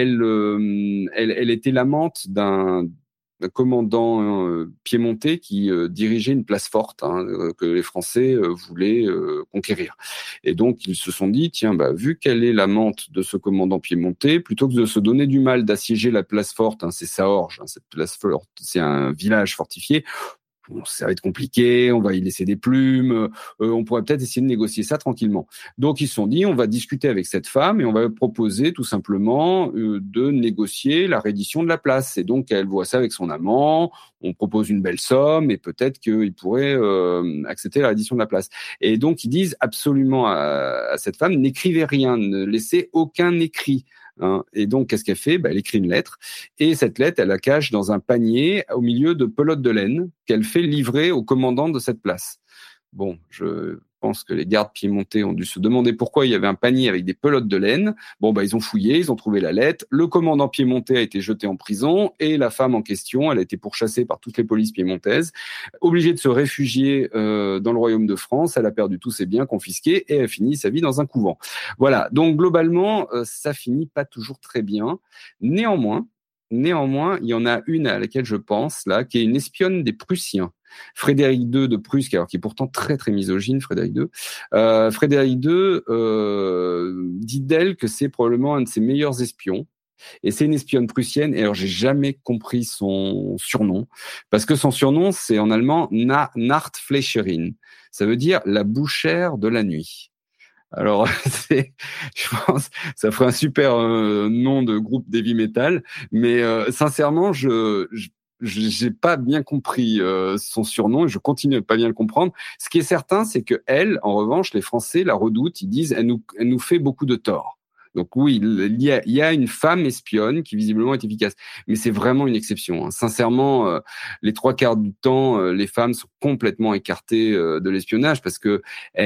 elle était l'amante d'un commandant piémontais qui dirigeait une place forte que les Français voulaient conquérir. Et donc, ils se sont dit, tiens, vu qu'elle est l'amante de ce commandant piémontais, plutôt que de se donner du mal d'assiéger la place forte, c'est Saorge, cette place forte, c'est un village fortifié, ça va être compliqué, on va y laisser des plumes, on pourrait peut-être essayer de négocier ça tranquillement. Donc ils se sont dit, on va discuter avec cette femme et on va proposer tout simplement de négocier la reddition de la place. Et donc elle voit ça avec son amant, on propose une belle somme et peut-être qu'il pourrait accepter la reddition de la place. Et donc ils disent absolument à cette femme, n'écrivez rien, ne laissez aucun écrit. Et donc, qu'est-ce qu'elle fait ? Elle écrit une lettre, et cette lettre, elle la cache dans un panier au milieu de pelotes de laine qu'elle fait livrer au commandant de cette place. Bon, je pense que les gardes piémontais ont dû se demander pourquoi il y avait un panier avec des pelotes de laine. Ils ont fouillé, ils ont trouvé la lettre. Le commandant piémontais a été jeté en prison et la femme en question, elle a été pourchassée par toutes les polices piémontaises, obligée de se réfugier dans le royaume de France. Elle a perdu tous ses biens confisqués et elle finit sa vie dans un couvent. Voilà. Donc globalement, ça finit pas toujours très bien. Néanmoins, il y en a une à laquelle je pense là, qui est une espionne des Prussiens. Frédéric II de Prusse, qui est pourtant très très misogyne, Frédéric II. Frédéric II dit d'elle que c'est probablement un de ses meilleurs espions. Et c'est une espionne prussienne. Et alors j'ai jamais compris son surnom, parce que son surnom c'est en allemand Nachtflescherin. Ça veut dire la bouchère de la nuit. Alors, je pense, ça ferait un super nom de groupe d'heavy metal, mais sincèrement, j'ai pas bien compris son surnom et je continue à pas bien le comprendre. Ce qui est certain, c'est que elle, en revanche, les Français la redoutent. Ils disent, elle nous fait beaucoup de tort. Donc oui, il y a une femme espionne qui visiblement est efficace, mais c'est vraiment une exception. Sincèrement, les 3/4 du temps, les femmes sont complètement écartées de l'espionnage parce que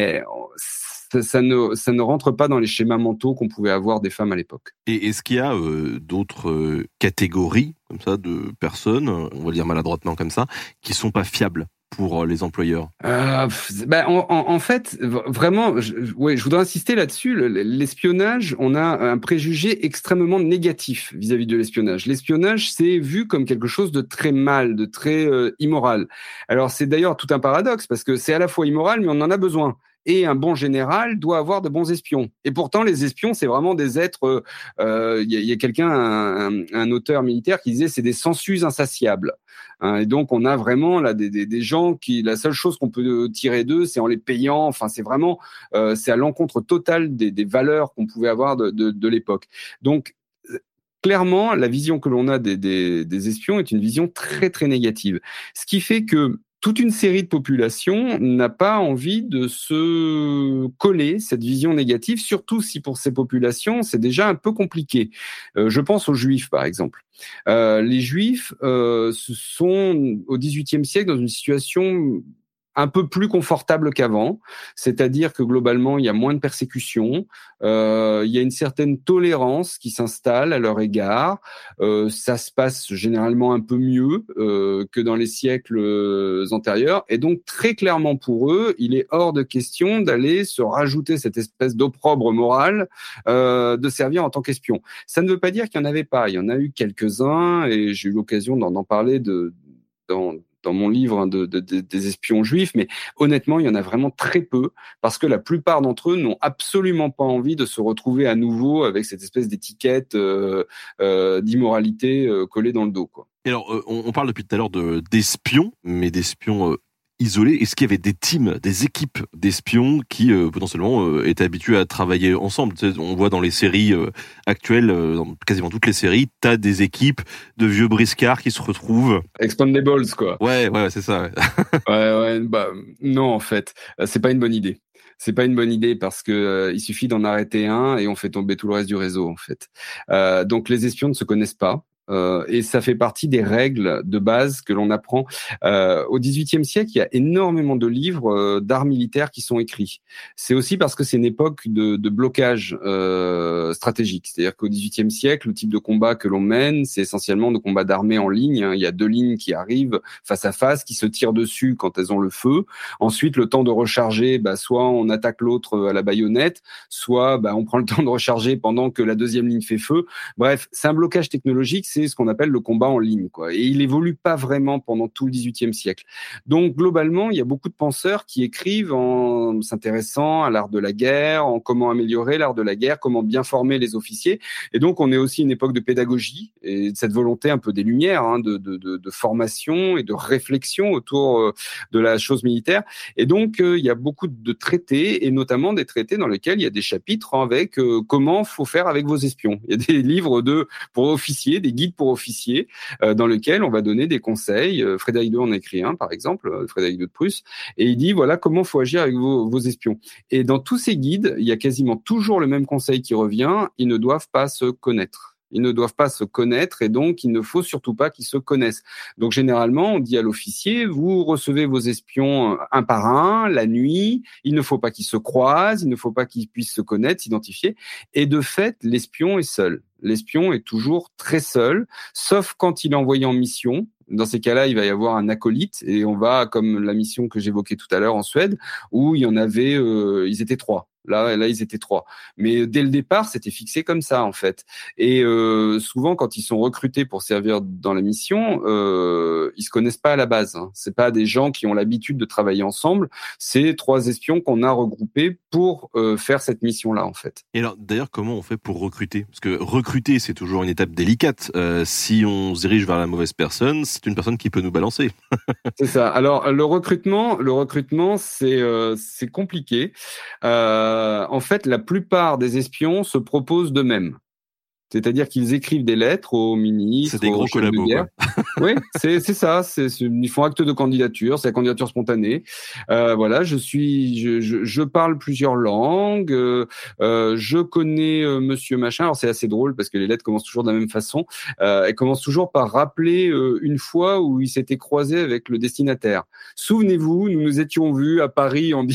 ça ne rentre pas dans les schémas mentaux qu'on pouvait avoir des femmes à l'époque. Et est-ce qu'il y a d'autres catégories comme ça de personnes, on va dire maladroitement comme ça, qui sont pas fiables pour les employeurs? En fait, vraiment, je voudrais insister là-dessus. L'espionnage, on a un préjugé extrêmement négatif vis-à-vis de l'espionnage. L'espionnage, c'est vu comme quelque chose de très mal, de très immoral. Alors, c'est d'ailleurs tout un paradoxe, parce que c'est à la fois immoral, mais on en a besoin. Et un bon général doit avoir de bons espions. Et pourtant, les espions, c'est vraiment des êtres... y a quelqu'un, un auteur militaire, qui disait c'est des sangsues insatiables. Et donc, on a vraiment là des gens qui... La seule chose qu'on peut tirer d'eux, c'est en les payant. Enfin, c'est vraiment... c'est à l'encontre totale des valeurs qu'on pouvait avoir de l'époque. Donc, clairement, la vision que l'on a des espions est une vision très, très négative. Ce qui fait que toute une série de populations n'a pas envie de se coller cette vision négative, surtout si pour ces populations, c'est déjà un peu compliqué. Je pense aux Juifs, par exemple. Les Juifs sont, au XVIIIe siècle, dans une situation un peu plus confortable qu'avant, c'est-à-dire que globalement, il y a moins de persécutions, il y a une certaine tolérance qui s'installe à leur égard, ça se passe généralement un peu mieux que dans les siècles antérieurs, et donc très clairement pour eux, il est hors de question d'aller se rajouter cette espèce d'opprobre moral de servir en tant qu'espion. Ça ne veut pas dire qu'il n'y en avait pas, il y en a eu quelques-uns, et j'ai eu l'occasion d'en parler dans mon livre des espions juifs, mais honnêtement, il y en a vraiment très peu, parce que la plupart d'entre eux n'ont absolument pas envie de se retrouver à nouveau avec cette espèce d'étiquette d'immoralité collée dans le dos, quoi. Et alors, on parle depuis tout à l'heure d'espions, mais d'espions isolés? Est-ce qu'il y avait des teams, des équipes d'espions qui potentiellement étaient habitués à travailler ensemble? Tu sais, on voit dans les séries actuelles, dans quasiment toutes les séries, t'as des équipes de vieux briscards qui se retrouvent. Expendables, quoi. Ouais, c'est ça. Ouais, non, en fait, c'est pas une bonne idée. C'est pas une bonne idée parce que il suffit d'en arrêter un et on fait tomber tout le reste du réseau, en fait. Donc les espions ne se connaissent pas. Et ça fait partie des règles de base que l'on apprend. Au XVIIIe siècle, il y a énormément de livres d'arts militaires qui sont écrits. C'est aussi parce que c'est une époque de blocage stratégique. C'est-à-dire qu'au XVIIIe siècle, le type de combat que l'on mène, c'est essentiellement de combats d'armée en ligne. Il y a deux lignes qui arrivent face à face, qui se tirent dessus quand elles ont le feu. Ensuite, le temps de recharger, soit on attaque l'autre à la baïonnette, soit on prend le temps de recharger pendant que la deuxième ligne fait feu. Bref, c'est un blocage technologique. C'est ce qu'on appelle le combat en ligne, quoi. Et il évolue pas vraiment pendant tout le XVIIIe siècle. Donc, globalement, il y a beaucoup de penseurs qui écrivent en s'intéressant à l'art de la guerre, en comment améliorer l'art de la guerre, comment bien former les officiers. Et donc, on est aussi une époque de pédagogie et de cette volonté un peu des Lumières, de formation et de réflexion autour de la chose militaire. Et donc, il y a beaucoup de traités, et notamment des traités dans lesquels il y a des chapitres avec comment faut faire avec vos espions. Il y a des livres pour officiers, des guides pour officiers, dans lequel on va donner des conseils. Frédéric II en écrit un, par exemple, Frédéric II de Prusse, et il dit voilà comment faut agir avec vos espions. Et dans tous ces guides, il y a quasiment toujours le même conseil qui revient, ils ne doivent pas se connaître. Ils ne doivent pas se connaître et donc il ne faut surtout pas qu'ils se connaissent. Donc généralement, on dit à l'officier, vous recevez vos espions un par un, la nuit, il ne faut pas qu'ils se croisent, il ne faut pas qu'ils puissent se connaître, s'identifier. Et de fait, l'espion est seul. L'espion est toujours très seul, sauf quand il est envoyé en mission. Dans ces cas-là, il va y avoir un acolyte et on va, comme la mission que j'évoquais tout à l'heure en Suède, où il y en avait, ils étaient 3. Là, ils étaient 3. Mais dès le départ, c'était fixé comme ça, en fait. Et souvent, quand ils sont recrutés pour servir dans la mission, ils se connaissent pas à la base. Hein. C'est pas des gens qui ont l'habitude de travailler ensemble. C'est 3 espions qu'on a regroupés pour faire cette mission-là, en fait. Et alors, d'ailleurs, comment on fait pour recruter? Parce que recruter, c'est toujours une étape délicate. Si on se dirige vers la mauvaise personne, c'est une personne qui peut nous balancer. C'est ça. Alors, le recrutement, c'est compliqué. En fait, la plupart des espions se proposent d'eux-mêmes. C'est-à-dire qu'ils écrivent des lettres aux ministres, c'est des gros collabos, quoi. Oui, c'est ça. Ils font acte de candidature, c'est la candidature spontanée. Voilà, je parle plusieurs langues, je connais Monsieur Machin. Alors c'est assez drôle parce que les lettres commencent toujours de la même façon. Elles commencent toujours par rappeler une fois où ils s'étaient croisés avec le destinataire. Souvenez-vous, nous nous étions vus à Paris en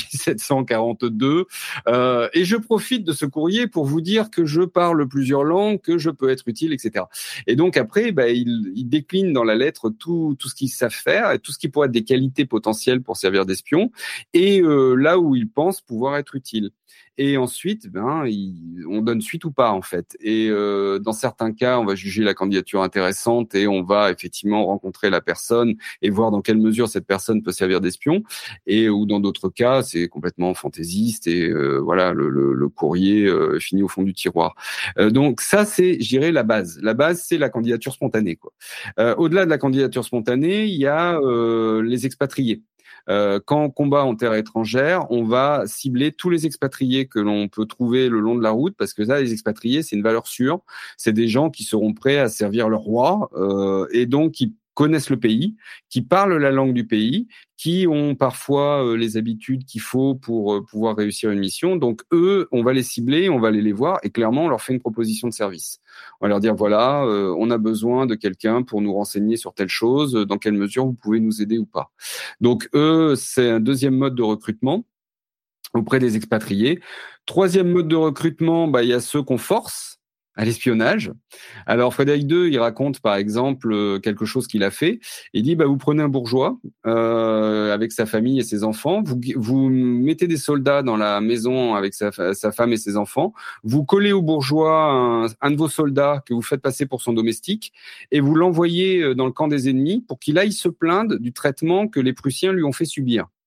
1742, et je profite de ce courrier pour vous dire que je parle plusieurs langues, que je peux être utile, etc. Et donc après, ils déclinent dans la lettre tout ce qu'ils savent faire et tout ce qui pourrait être des qualités potentielles pour servir d'espion et là où ils pensent pouvoir être utiles. Et ensuite, on donne suite ou pas, en fait. Et dans certains cas, on va juger la candidature intéressante et on va effectivement rencontrer la personne et voir dans quelle mesure cette personne peut servir d'espion. Et ou dans d'autres cas, c'est complètement fantaisiste et voilà, le courrier finit au fond du tiroir. Donc ça, c'est, je dirais, la base. La base, c'est la candidature spontanée, quoi. Au-delà de la candidature spontanée, il y a les expatriés. Quand on combat en terre étrangère, on va cibler tous les expatriés que l'on peut trouver le long de la route, parce que là, les expatriés, c'est une valeur sûre. C'est des gens qui seront prêts à servir leur roi et donc qui connaissent le pays, qui parlent la langue du pays, qui ont parfois les habitudes qu'il faut pour pouvoir réussir une mission. Donc eux, on va les cibler, on va aller les voir et clairement, on leur fait une proposition de service. On va leur dire, voilà, on a besoin de quelqu'un pour nous renseigner sur telle chose, dans quelle mesure vous pouvez nous aider ou pas. Donc eux, c'est un deuxième mode de recrutement auprès des expatriés. Troisième mode de recrutement, il y a ceux qu'on force à l'espionnage. Alors Frédéric II, il raconte par exemple quelque chose qu'il a fait. Il dit vous prenez un bourgeois avec sa famille et ses enfants, vous mettez des soldats dans la maison avec sa femme et ses enfants, vous collez au bourgeois un de vos soldats que vous faites passer pour son domestique et vous l'envoyez dans le camp des ennemis pour qu'il aille se plaindre du traitement que les Prussiens lui ont fait subir.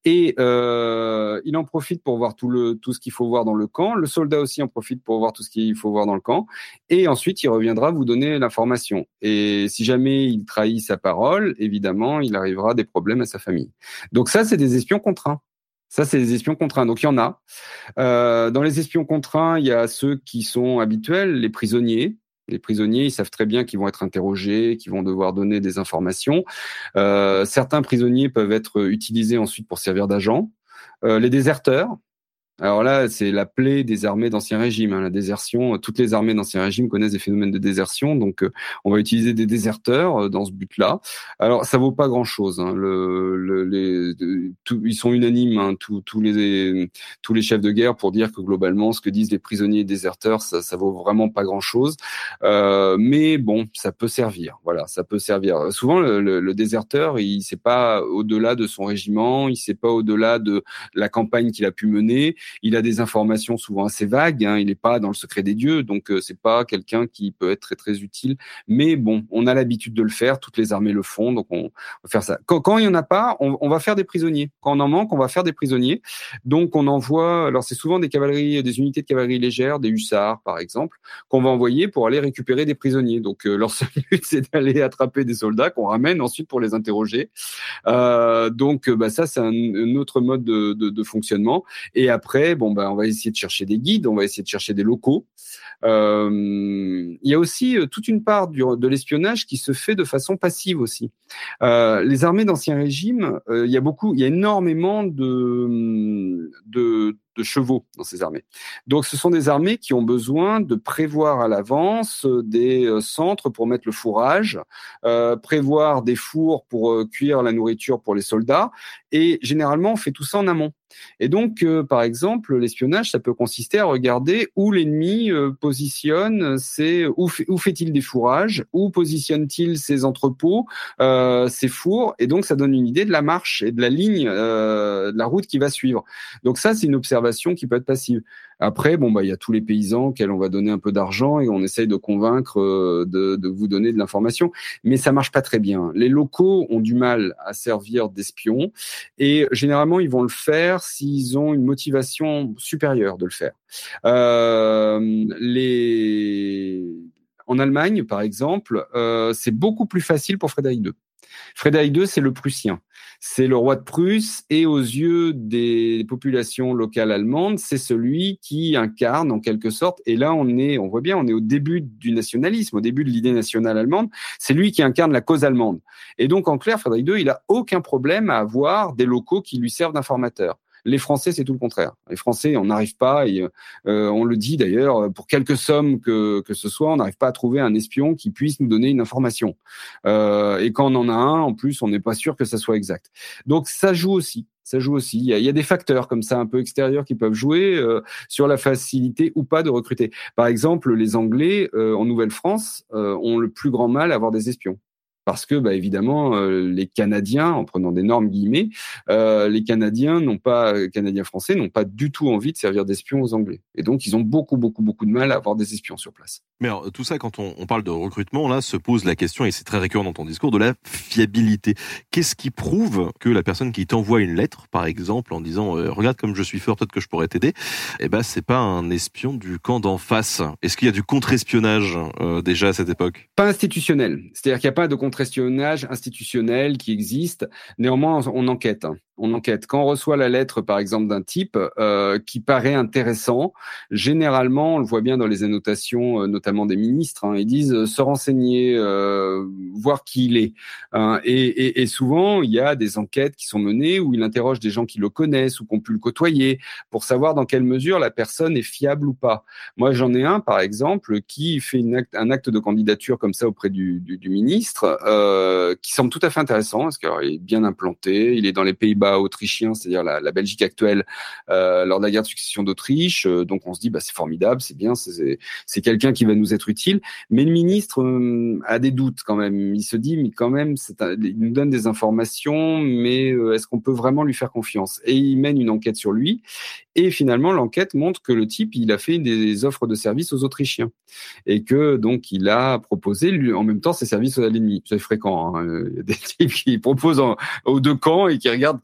Et il en profite pour voir tout ce qu'il faut voir dans le camp. Le soldat aussi en profite pour voir tout ce qu'il faut voir dans le camp. Et ensuite, il reviendra vous donner l'information. Et si jamais il trahit sa parole, évidemment, il arrivera des problèmes à sa famille. Donc ça, c'est des espions contraints. Ça, c'est des espions contraints. Donc, il y en a. Dans les espions contraints, il y a ceux qui sont habituels, les prisonniers. Les prisonniers, ils savent très bien qu'ils vont être interrogés, qu'ils vont devoir donner des informations. Certains prisonniers peuvent être utilisés ensuite pour servir d'agents. Les déserteurs. Alors là, c'est la plaie des armées d'Ancien Régime, la désertion. Toutes les armées d'Ancien Régime connaissent des phénomènes de désertion, donc on va utiliser des déserteurs dans ce but-là. Alors ça vaut pas grand-chose. Ils sont unanimes, tous les chefs de guerre pour dire que globalement, ce que disent les prisonniers déserteurs, ça vaut vraiment pas grand-chose. Mais bon, ça peut servir. Voilà, ça peut servir. Souvent, le déserteur, il sait pas au-delà de son régiment, il sait pas au-delà de la campagne qu'il a pu mener. Il a des informations souvent assez vagues, il n'est pas dans le secret des dieux, donc c'est pas quelqu'un qui peut être très très utile. Mais bon, on a l'habitude de le faire, toutes les armées le font, donc on va faire ça. Quand il y en a pas, on va faire des prisonniers. Quand on en manque, on va faire des prisonniers. Donc on envoie, alors c'est souvent des unités de cavalerie légère, des hussards par exemple, qu'on va envoyer pour aller récupérer des prisonniers. Donc leur seul but c'est d'aller attraper des soldats qu'on ramène ensuite pour les interroger. Donc ça c'est un autre mode de fonctionnement. Et après, on va essayer de chercher des guides, on va essayer de chercher des locaux. Il y a aussi toute une part de l'espionnage qui se fait de façon passive aussi. Les armées d'Ancien Régime, il y a énormément de chevaux dans ces armées. Donc, ce sont des armées qui ont besoin de prévoir à l'avance des centres pour mettre le fourrage, prévoir des fours pour cuire la nourriture pour les soldats. Et généralement, on fait tout ça en amont. Et donc, par exemple, l'espionnage, ça peut consister à regarder où l'ennemi positionne où fait-il des fourrages, où positionne-t-il ses entrepôts, ses fours. Et donc, ça donne une idée de la marche et de la ligne, de la route qu'il va suivre. Donc ça, c'est une observation qui peut être passive. Après, il y a tous les paysans auxquels on va donner un peu d'argent et on essaye de convaincre de vous donner de l'information. Mais ça marche pas très bien. Les locaux ont du mal à servir d'espions et généralement, ils vont le faire s'ils ont une motivation supérieure de le faire. En Allemagne, par exemple, c'est beaucoup plus facile pour Frédéric II. Frédéric II, c'est le Prussien. C'est le roi de Prusse et aux yeux des populations locales allemandes, c'est celui qui incarne en quelque sorte. Et là, on voit bien, on est au début du nationalisme, au début de l'idée nationale allemande. C'est lui qui incarne la cause allemande. Et donc, en clair, Frédéric II, il a aucun problème à avoir des locaux qui lui servent d'informateurs. Les Français, c'est tout le contraire. Les Français, on n'arrive pas, et on le dit d'ailleurs, pour quelque somme que ce soit, on n'arrive pas à trouver un espion qui puisse nous donner une information. Et quand on en a un, en plus, on n'est pas sûr que ça soit exact. Donc ça joue aussi. Il y a des facteurs comme ça un peu extérieurs qui peuvent jouer sur la facilité ou pas de recruter. Par exemple, les Anglais en Nouvelle-France ont le plus grand mal à avoir des espions. Parce que, évidemment, les Canadiens, en prenant d'énormes guillemets, les Canadiens français n'ont pas du tout envie de servir d'espions aux Anglais. Et donc, ils ont beaucoup de mal à avoir des espions sur place. Mais alors, tout ça, quand on parle de recrutement, là, se pose la question, et c'est très récurrent dans ton discours, de la fiabilité. Qu'est-ce qui prouve que la personne qui t'envoie une lettre, par exemple, en disant « Regarde comme je suis fort, peut-être que je pourrais t'aider », c'est pas un espion du camp d'en face. Est-ce qu'il y a du contre-espionnage déjà à cette époque ? Pas institutionnel. C'est-à-dire qu'il n'y a pas de contre-espionnage institutionnel qui existe. Néanmoins, on enquête. On enquête. Quand on reçoit la lettre, par exemple, d'un type qui paraît intéressant, généralement, on le voit bien dans les annotations, notamment des ministres, ils disent se renseigner, voir qui il est. Et souvent, il y a des enquêtes qui sont menées où il interroge des gens qui le connaissent ou qui ont pu le côtoyer pour savoir dans quelle mesure la personne est fiable ou pas. Moi, j'en ai un, par exemple, qui fait un acte de candidature comme ça auprès du ministre, qui semble tout à fait intéressant parce qu'il est bien implanté, il est dans les Pays-Bas autrichiens, c'est-à-dire la Belgique actuelle, lors de la guerre de succession d'Autriche. Donc on se dit c'est formidable, c'est bien, c'est quelqu'un qui va nous être utile. Mais le ministre a des doutes quand même. Il se dit mais quand même il nous donne des informations, mais est-ce qu'on peut vraiment lui faire confiance ? Et il mène une enquête sur lui. Et finalement, l'enquête montre que le type, il a fait des offres de services aux Autrichiens. Et que, donc, il a proposé, lui, en même temps, ses services à l'ennemi. C'est fréquent, Il y a des types qui proposent aux deux camps et qui regardent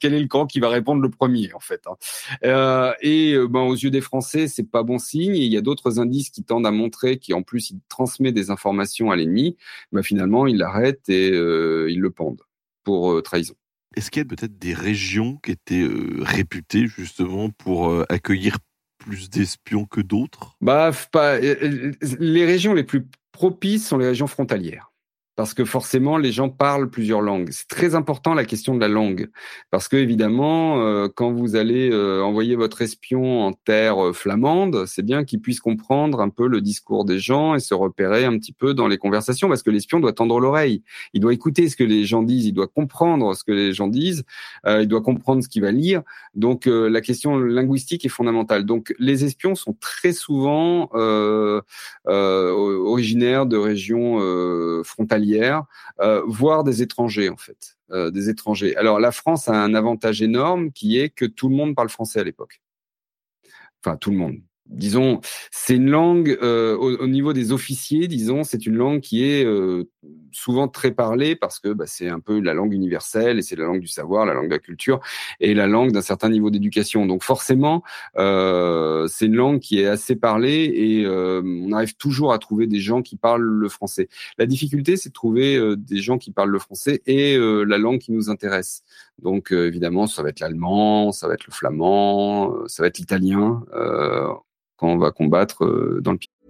quel est le camp qui va répondre le premier, en fait. Aux yeux des Français, c'est pas bon signe. Et il y a d'autres indices qui tendent à montrer qu'en plus, il transmet des informations à l'ennemi. Finalement, il l'arrête et il le pendent pour trahison. Est-ce qu'il y a peut-être des régions qui étaient réputées justement pour accueillir plus d'espions que d'autres ? Les régions les plus propices sont les régions frontalières. Parce que forcément, les gens parlent plusieurs langues. C'est très important la question de la langue, parce que évidemment, quand vous allez envoyer votre espion en terre flamande, c'est bien qu'il puisse comprendre un peu le discours des gens et se repérer un petit peu dans les conversations, parce que l'espion doit tendre l'oreille. Il doit écouter ce que les gens disent, il doit comprendre ce que les gens disent, il doit comprendre ce qu'il va lire. Donc, la question linguistique est fondamentale. Donc, les espions sont très souvent originaires de régions frontalières. Voire des étrangers en fait, des étrangers. Alors la France a un avantage énorme qui est que tout le monde parle français à l'époque. Enfin tout le monde. Disons, c'est une langue au niveau des officiers, disons, c'est une langue qui est souvent très parlée parce que c'est un peu la langue universelle et c'est la langue du savoir, la langue de la culture et la langue d'un certain niveau d'éducation. Donc forcément, c'est une langue qui est assez parlée et on arrive toujours à trouver des gens qui parlent le français. La difficulté, c'est de trouver des gens qui parlent le français et la langue qui nous intéresse. Donc évidemment, ça va être l'allemand, ça va être le flamand, ça va être l'italien. Quand on va combattre dans le pays.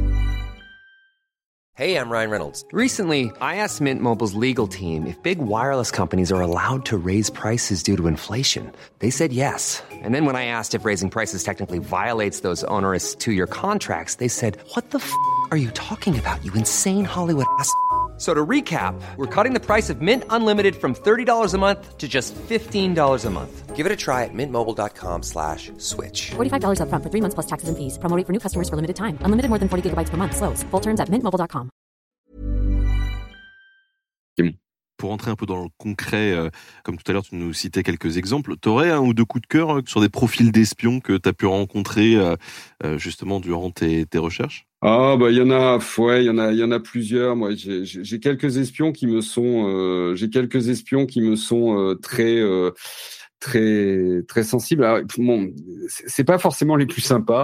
Hey, I'm Ryan Reynolds. Recently, I asked Mint Mobile's legal team if big wireless companies are allowed to raise prices due to inflation. They said yes. And then when I asked if raising prices technically violates those onerous 2-year contracts, they said, "What the f*** are you talking about, you insane Hollywood ass?" So to recap, we're cutting the price of Mint Unlimited from $30 a month to just $15 a month. Give it a try at mintmobile.com/switch. $45 up front for 3 months plus taxes and fees. Promo rate for new customers for limited time. Unlimited more than 40 gigabytes per month. Slows full terms at mintmobile.com. Pour entrer un peu dans le concret, comme tout à l'heure tu nous citais quelques exemples, tu aurais un ou deux coups de cœur sur des profils d'espions que tu as pu rencontrer justement durant tes recherches ? Il y en a plusieurs. Moi, j'ai quelques espions qui me sont très sensibles. Alors, c'est pas forcément les plus sympas.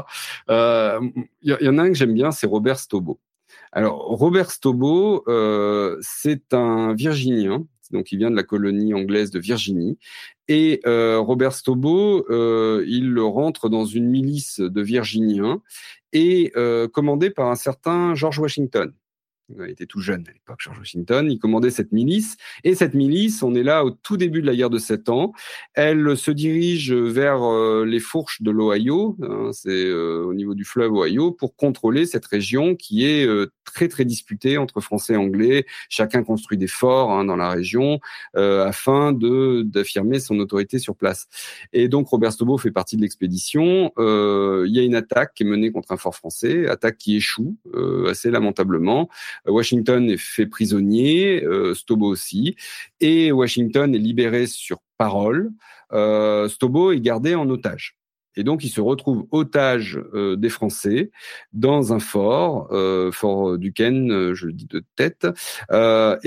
Y en a un que j'aime bien, c'est Robert Stobo. Alors, Robert Stobo, c'est un Virginien, donc il vient de la colonie anglaise de Virginie. Et Robert Stobo, il rentre dans une milice de Virginiens et commandé par un certain George Washington. Il était tout jeune à l'époque, George Washington. Il commandait cette milice. Et cette milice, on est là au tout début de la guerre de 7 ans. Elle se dirige vers les fourches de l'Ohio, c'est au niveau du fleuve Ohio, pour contrôler cette région qui est très très disputée entre Français et Anglais. Chacun construit des forts dans la région afin d'affirmer son autorité sur place. Et donc Robert Stobo fait partie de l'expédition. Il y a une attaque qui est menée contre un fort français, attaque qui échoue assez lamentablement. Washington est fait prisonnier, Stobo aussi, et Washington est libéré sur parole. Stobo est gardé en otage. Et donc, il se retrouve otage des Français dans un fort Duquesne, je le dis de tête. Voilà,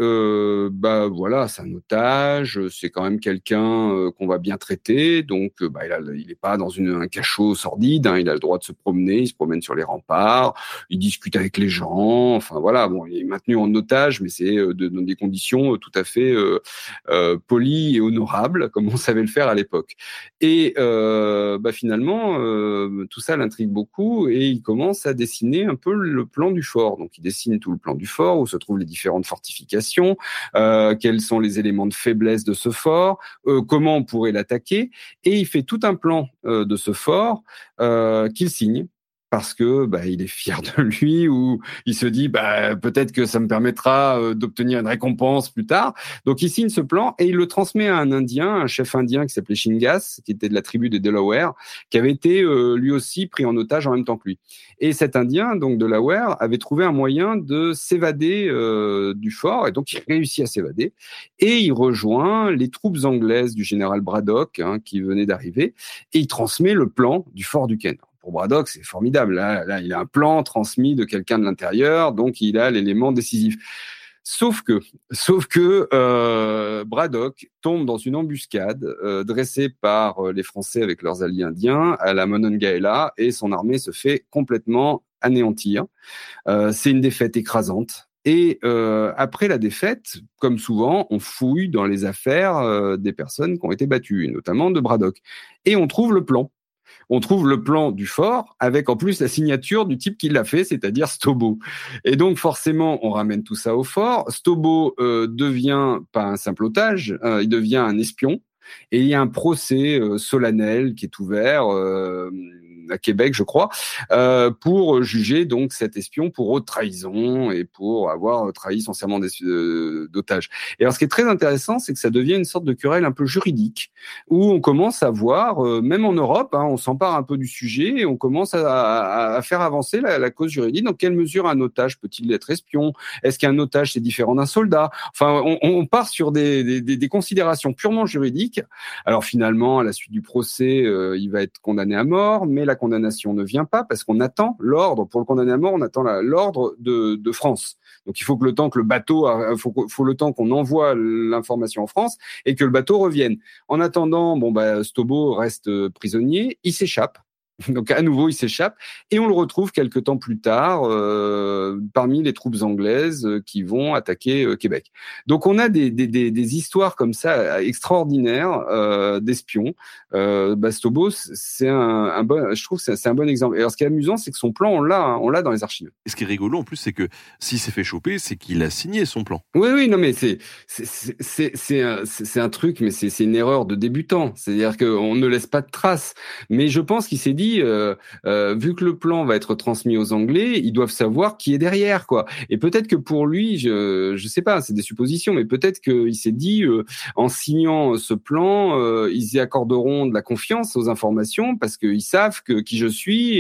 c'est un otage, c'est quand même quelqu'un qu'on va bien traiter. Donc, il est pas dans un cachot sordide. Il a le droit de se promener. Il se promène sur les remparts. Il discute avec les gens. Enfin voilà, il est maintenu en otage, mais c'est dans des conditions tout à fait polies et honorables, comme on savait le faire à l'époque. Et finalement, tout ça l'intrigue beaucoup et il commence à dessiner un peu le plan du fort. Donc, il dessine tout le plan du fort, où se trouvent les différentes fortifications, quels sont les éléments de faiblesse de ce fort, comment on pourrait l'attaquer. Et il fait tout un plan de ce fort qu'il signe. Parce que il est fier de lui, ou il se dit peut-être que ça me permettra d'obtenir une récompense plus tard. Donc il signe ce plan et il le transmet à un Indien, un chef indien qui s'appelait Shingas, qui était de la tribu des Delaware, qui avait été lui aussi pris en otage en même temps que lui. Et cet Indien, donc Delaware, avait trouvé un moyen de s'évader du fort, et donc il réussit à s'évader et il rejoint les troupes anglaises du général Braddock qui venait d'arriver et il transmet le plan du fort Duquesne. Pour Braddock, c'est formidable. Là, il a un plan transmis de quelqu'un de l'intérieur, donc il a l'élément décisif. Sauf que Braddock tombe dans une embuscade dressée par les Français avec leurs alliés indiens à la Monongahela et son armée se fait complètement anéantir. C'est une défaite écrasante. Et après la défaite, comme souvent, on fouille dans les affaires des personnes qui ont été battues, notamment de Braddock. Et on trouve le plan. On trouve le plan du fort avec en plus la signature du type qui l'a fait, c'est-à-dire Stobo. Et donc forcément, on ramène tout ça au fort. Stobo devient pas un simple otage, il devient un espion. Et il y a un procès solennel qui est ouvert à Québec, je crois, pour juger donc cet espion pour haute trahison et pour avoir trahi son serment d'otage. Et alors, ce qui est très intéressant, c'est que ça devient une sorte de querelle un peu juridique, où on commence à voir, même en Europe, on s'empare un peu du sujet et on commence à faire avancer la cause juridique. Dans quelle mesure un otage peut-il être espion? Est-ce qu'un otage c'est différent d'un soldat? Enfin, on part sur des considérations purement juridiques. Alors finalement, à la suite du procès, il va être condamné à mort, mais la condamnation ne vient pas parce qu'on attend l'ordre. Pour le condamner à mort, on attend l'ordre de France. Donc il faut que le temps que le bateau, faut le temps qu'on envoie l'information en France et que le bateau revienne. En attendant, Stobo reste prisonnier, il s'échappe. Donc à nouveau, il s'échappe et on le retrouve quelque temps plus tard parmi les troupes anglaises qui vont attaquer Québec. Donc on a des histoires comme ça extraordinaires d'espions. Stobo, c'est un bon, je trouve que c'est un bon exemple. Et alors ce qui est amusant, c'est que son plan, on l'a dans les archives. Et ce qui est rigolo en plus, c'est que s'il s'est fait choper, c'est qu'il a signé son plan. Oui, non mais c'est un truc, mais c'est une erreur de débutant. C'est-à-dire qu'on ne laisse pas de traces. Mais je pense qu'il s'est dit, vu que le plan va être transmis aux Anglais, ils doivent savoir qui est derrière, quoi. Et peut-être que pour lui, je sais pas, c'est des suppositions, mais peut-être qu'il s'est dit, en signant ce plan, ils y accorderont de la confiance aux informations parce qu'ils savent qui je suis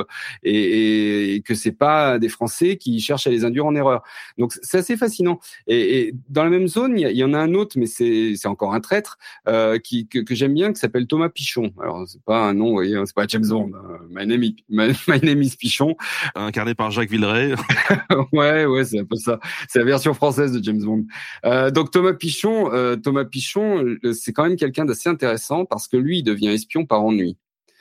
et que c'est pas des Français qui cherchent à les induire en erreur. Donc c'est assez fascinant. Et dans la même zone, il y en a un autre, mais c'est encore un traître que j'aime bien, qui s'appelle Thomas Pichon. Alors c'est pas un nom, vous voyez, c'est pas James Bond. My name is Pichon. Incarné par Jacques Villeray. ouais, c'est un peu ça. C'est la version française de James Bond. Donc Thomas Pichon, c'est quand même quelqu'un d'assez intéressant parce que lui, il devient espion par ennui.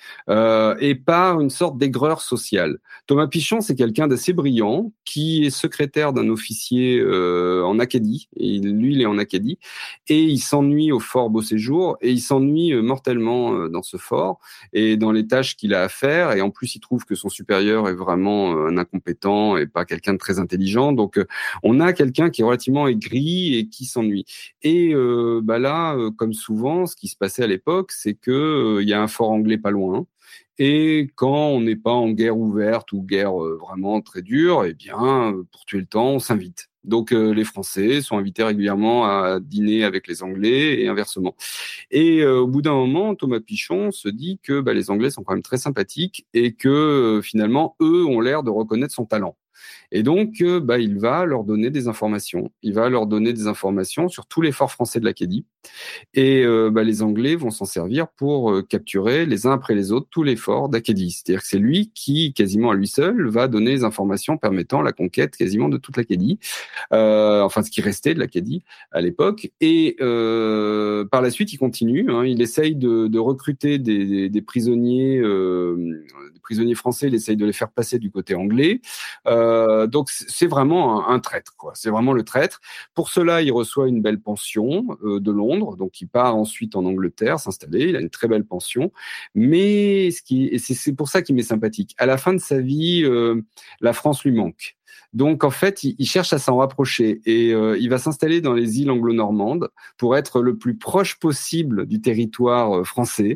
Et par une sorte d'aigreur sociale. Thomas Pichon, c'est quelqu'un d'assez brillant, qui est secrétaire d'un officier en Acadie. Et lui, il est en Acadie. Et il s'ennuie au fort Beauséjour. Et il s'ennuie mortellement dans ce fort et dans les tâches qu'il a à faire. Et en plus, il trouve que son supérieur est vraiment un incompétent et pas quelqu'un de très intelligent. Donc, on a quelqu'un qui est relativement aigri et qui s'ennuie. Et là, comme souvent, ce qui se passait à l'époque, c'est que il y a un fort anglais pas loin. Et quand on n'est pas en guerre ouverte ou guerre vraiment très dure, eh bien, pour tuer le temps, on s'invite. Donc, les Français sont invités régulièrement à dîner avec les Anglais et inversement. Et au bout d'un moment, Thomas Pichon se dit que les Anglais sont quand même très sympathiques et que finalement, eux ont l'air de reconnaître son talent. Et donc, il va leur donner des informations. Il va leur donner des informations sur tous les forts français de l'Acadie. Et les Anglais vont s'en servir pour capturer les uns après les autres tous les forts d'Acadie. C'est-à-dire que c'est lui qui, quasiment à lui seul, va donner les informations permettant la conquête quasiment de toute l'Acadie. Ce qui restait de l'Acadie à l'époque. Et par la suite, il continue. Il essaye de recruter des prisonniers français. Il essaye de les faire passer du côté anglais. Donc c'est vraiment un traître, quoi. C'est vraiment le traître. Pour cela, il reçoit une belle pension de Londres, donc il part ensuite en Angleterre s'installer. Il a une très belle pension, mais c'est pour ça qu'il m'est sympathique. À la fin de sa vie, la France lui manque. Donc en fait, il cherche à s'en rapprocher et il va s'installer dans les îles anglo-normandes pour être le plus proche possible du territoire français.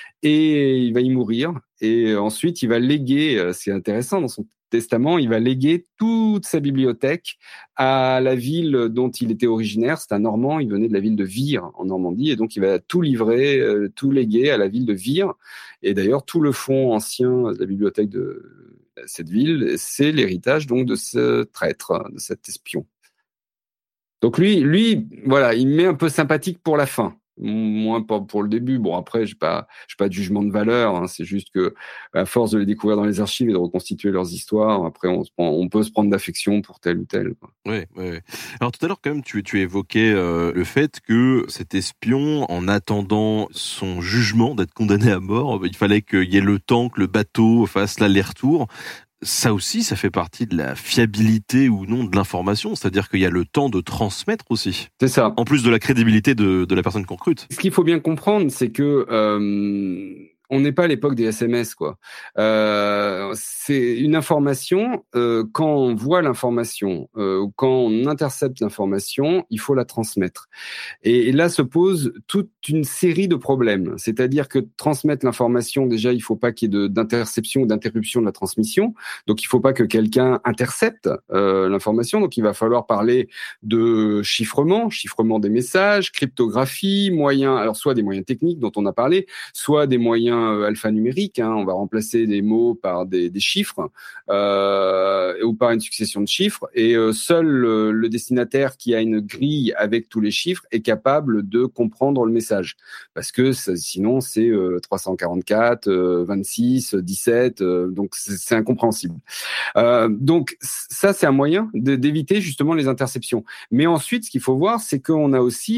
Et il va y mourir. Et ensuite, il va léguer, c'est intéressant, dans son testament, il va léguer toute sa bibliothèque à la ville dont il était originaire. C'est un Normand, il venait de la ville de Vire en Normandie, et donc il va tout livrer, tout léguer à la ville de Vire. Et d'ailleurs, tout le fonds ancien de la bibliothèque de cette ville, c'est l'héritage donc de ce traître, de cet espion. Donc lui, voilà, il met un peu sympathique pour la fin. Moins pour le début. Bon, après, j'ai pas de jugement de valeur. Hein. C'est juste que, à force de les découvrir dans les archives et de reconstituer leurs histoires, après, on peut se prendre d'affection pour tel ou tel, quoi. Ouais. Alors tout à l'heure, quand même, tu évoquais le fait que cet espion, en attendant son jugement d'être condamné à mort, il fallait qu'il y ait le temps que le bateau fasse l'aller-retour. Ça aussi, ça fait partie de la fiabilité ou non de l'information, c'est-à-dire qu'il y a le temps de transmettre aussi. C'est ça. En plus de la crédibilité de la personne qu'on recrute. Ce qu'il faut bien comprendre, c'est que on n'est pas à l'époque des SMS, quoi. C'est une information. Quand on voit l'information, ou quand on intercepte l'information, il faut la transmettre. Et là se pose toute une série de problèmes. C'est-à-dire que transmettre l'information, déjà, il faut pas qu'il y ait d'interception ou d'interruption de la transmission. Donc, il faut pas que quelqu'un intercepte l'information. Donc, il va falloir parler de chiffrement des messages, cryptographie, moyens. Alors, soit des moyens techniques dont on a parlé, soit des moyens alphanumériques. Hein. On va remplacer des mots par des chiffres ou par une succession de chiffres. Et seul le destinataire qui a une grille avec tous les chiffres est capable de comprendre le message. Parce que sinon, c'est 344, 26, 17. Donc, c'est incompréhensible. Donc, ça, c'est un moyen d'éviter justement les interceptions. Mais ensuite, ce qu'il faut voir, c'est qu'on a aussi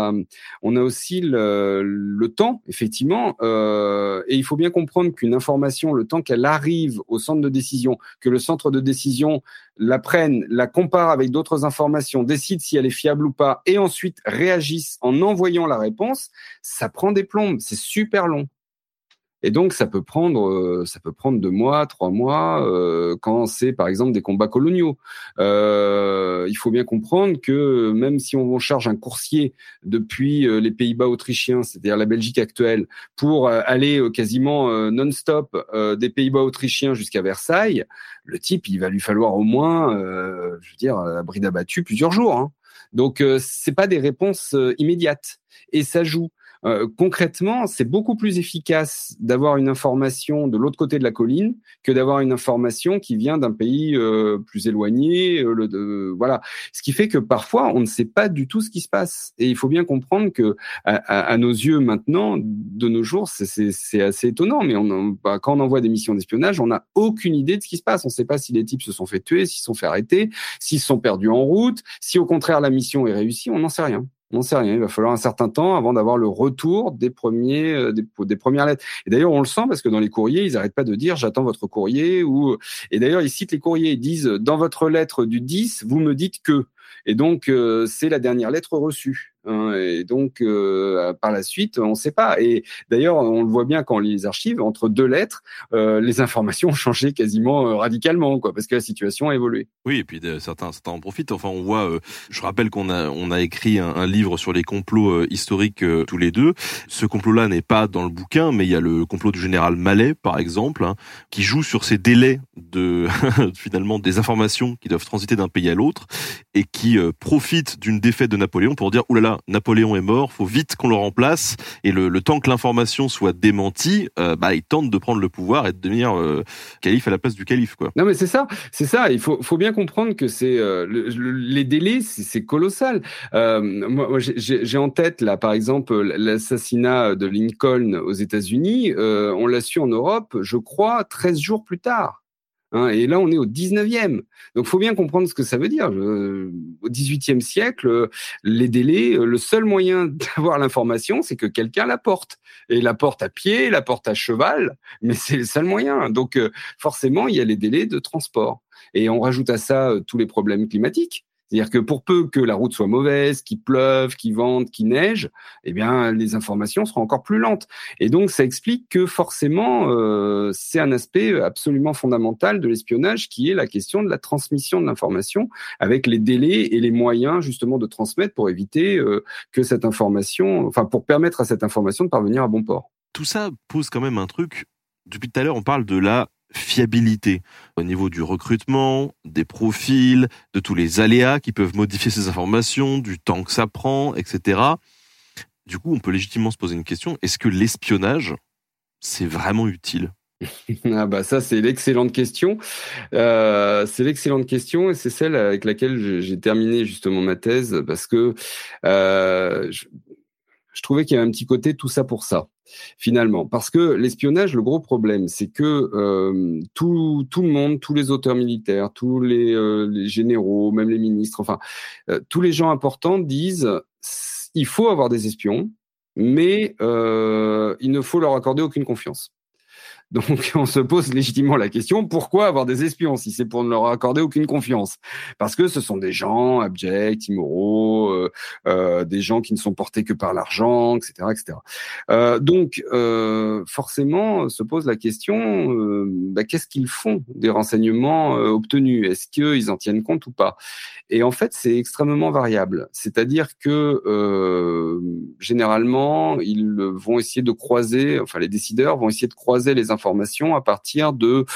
le temps, effectivement. Et il faut bien comprendre qu'une information, le temps qu'elle arrive au centre de décision, que le centre de décision la prenne, la compare avec d'autres informations, décide si elle est fiable ou pas, et ensuite réagisse en envoyant la réponse, ça prend des plombes, c'est super long. Et donc, ça peut prendre 2 mois, 3 mois, quand c'est, par exemple, des combats coloniaux. Il faut bien comprendre que même si on charge un coursier depuis les Pays-Bas autrichiens, c'est-à-dire la Belgique actuelle, pour aller quasiment non-stop des Pays-Bas autrichiens jusqu'à Versailles, le type, il va lui falloir au moins, à bride abattue, plusieurs jours. Hein. Donc, c'est pas des réponses immédiates. Et ça joue. Concrètement, c'est beaucoup plus efficace d'avoir une information de l'autre côté de la colline que d'avoir une information qui vient d'un pays plus éloigné. Voilà. Ce qui fait que parfois, on ne sait pas du tout ce qui se passe. Et il faut bien comprendre que, à nos yeux maintenant, de nos jours, c'est assez étonnant. Mais quand on envoie des missions d'espionnage, on n'a aucune idée de ce qui se passe. On ne sait pas si les types se sont fait tuer, s'ils se sont fait arrêter, s'ils se sont perdus en route, si au contraire la mission est réussie. On n'en sait rien. On n'en sait rien. Il va falloir un certain temps avant d'avoir le retour des premières lettres. Et d'ailleurs, on le sent parce que dans les courriers, ils n'arrêtent pas de dire « j'attends votre courrier ». Et d'ailleurs, ils citent les courriers. Ils disent « dans votre lettre du 10, vous me dites que ». Et donc, c'est la dernière lettre reçue. Hein, et donc, par la suite, on ne sait pas. Et d'ailleurs, on le voit bien quand on lit les archives, entre 2 lettres, les informations ont changé quasiment radicalement, quoi, parce que la situation a évolué. Oui, et puis certains en profitent. Enfin, on voit. Je rappelle qu'on a écrit un livre sur les complots historiques tous les deux. Ce complot-là n'est pas dans le bouquin, mais il y a le complot du général Mallet, par exemple, hein, qui joue sur ces délais de finalement des informations qui doivent transiter d'un pays à l'autre et qui profite d'une défaite de Napoléon pour dire oulala, Napoléon est mort, faut vite qu'on le remplace. Et le temps que l'information soit démentie, il tente de prendre le pouvoir et de devenir calife à la place du calife, quoi. Non, mais c'est ça. Il faut bien comprendre que c'est les délais, c'est colossal. Moi, j'ai en tête là, par exemple, l'assassinat de Lincoln aux États-Unis. On l'a su en Europe, je crois, 13 jours plus tard. Hein, et là, on est au 19e. Donc, faut bien comprendre ce que ça veut dire. Au 18e siècle, les délais, le seul moyen d'avoir l'information, c'est que quelqu'un la porte. Et la porte à pied, la porte à cheval, mais c'est le seul moyen. Donc, forcément, il y a les délais de transport. Et on rajoute à ça tous les problèmes climatiques. C'est-à-dire que pour peu que la route soit mauvaise, qu'il pleuve, qu'il vente, qu'il neige, eh bien, les informations seront encore plus lentes. Et donc, ça explique que forcément, c'est un aspect absolument fondamental de l'espionnage qui est la question de la transmission de l'information avec les délais et les moyens, justement, de transmettre pour éviter que cette information, pour permettre à cette information de parvenir à bon port. Tout ça pose quand même un truc. Depuis tout à l'heure, on parle de la fiabilité au niveau du recrutement, des profils, de tous les aléas qui peuvent modifier ces informations, du temps que ça prend, etc. Du coup, on peut légitimement se poser une question. Est-ce que l'espionnage, c'est vraiment utile ? Ça, c'est l'excellente question. C'est l'excellente question et c'est celle avec laquelle j'ai terminé justement ma thèse parce que je trouvais qu'il y avait un petit côté tout ça pour ça, finalement. Parce que l'espionnage, le gros problème, c'est que tout le monde, tous les auteurs militaires, tous les généraux, même les ministres, enfin, tous les gens importants disent il faut avoir des espions, mais il ne faut leur accorder aucune confiance. Donc, on se pose légitimement la question, pourquoi avoir des espions si c'est pour ne leur accorder aucune confiance? Parce que ce sont des gens abjects, immoraux, des gens qui ne sont portés que par l'argent, etc., etc. Donc, forcément, se pose la question, qu'est-ce qu'ils font des renseignements obtenus? Est-ce qu'ils en tiennent compte ou pas? Et en fait, c'est extrêmement variable. C'est-à-dire que généralement, ils vont essayer de croiser, enfin les décideurs vont essayer de croiser les informations à partir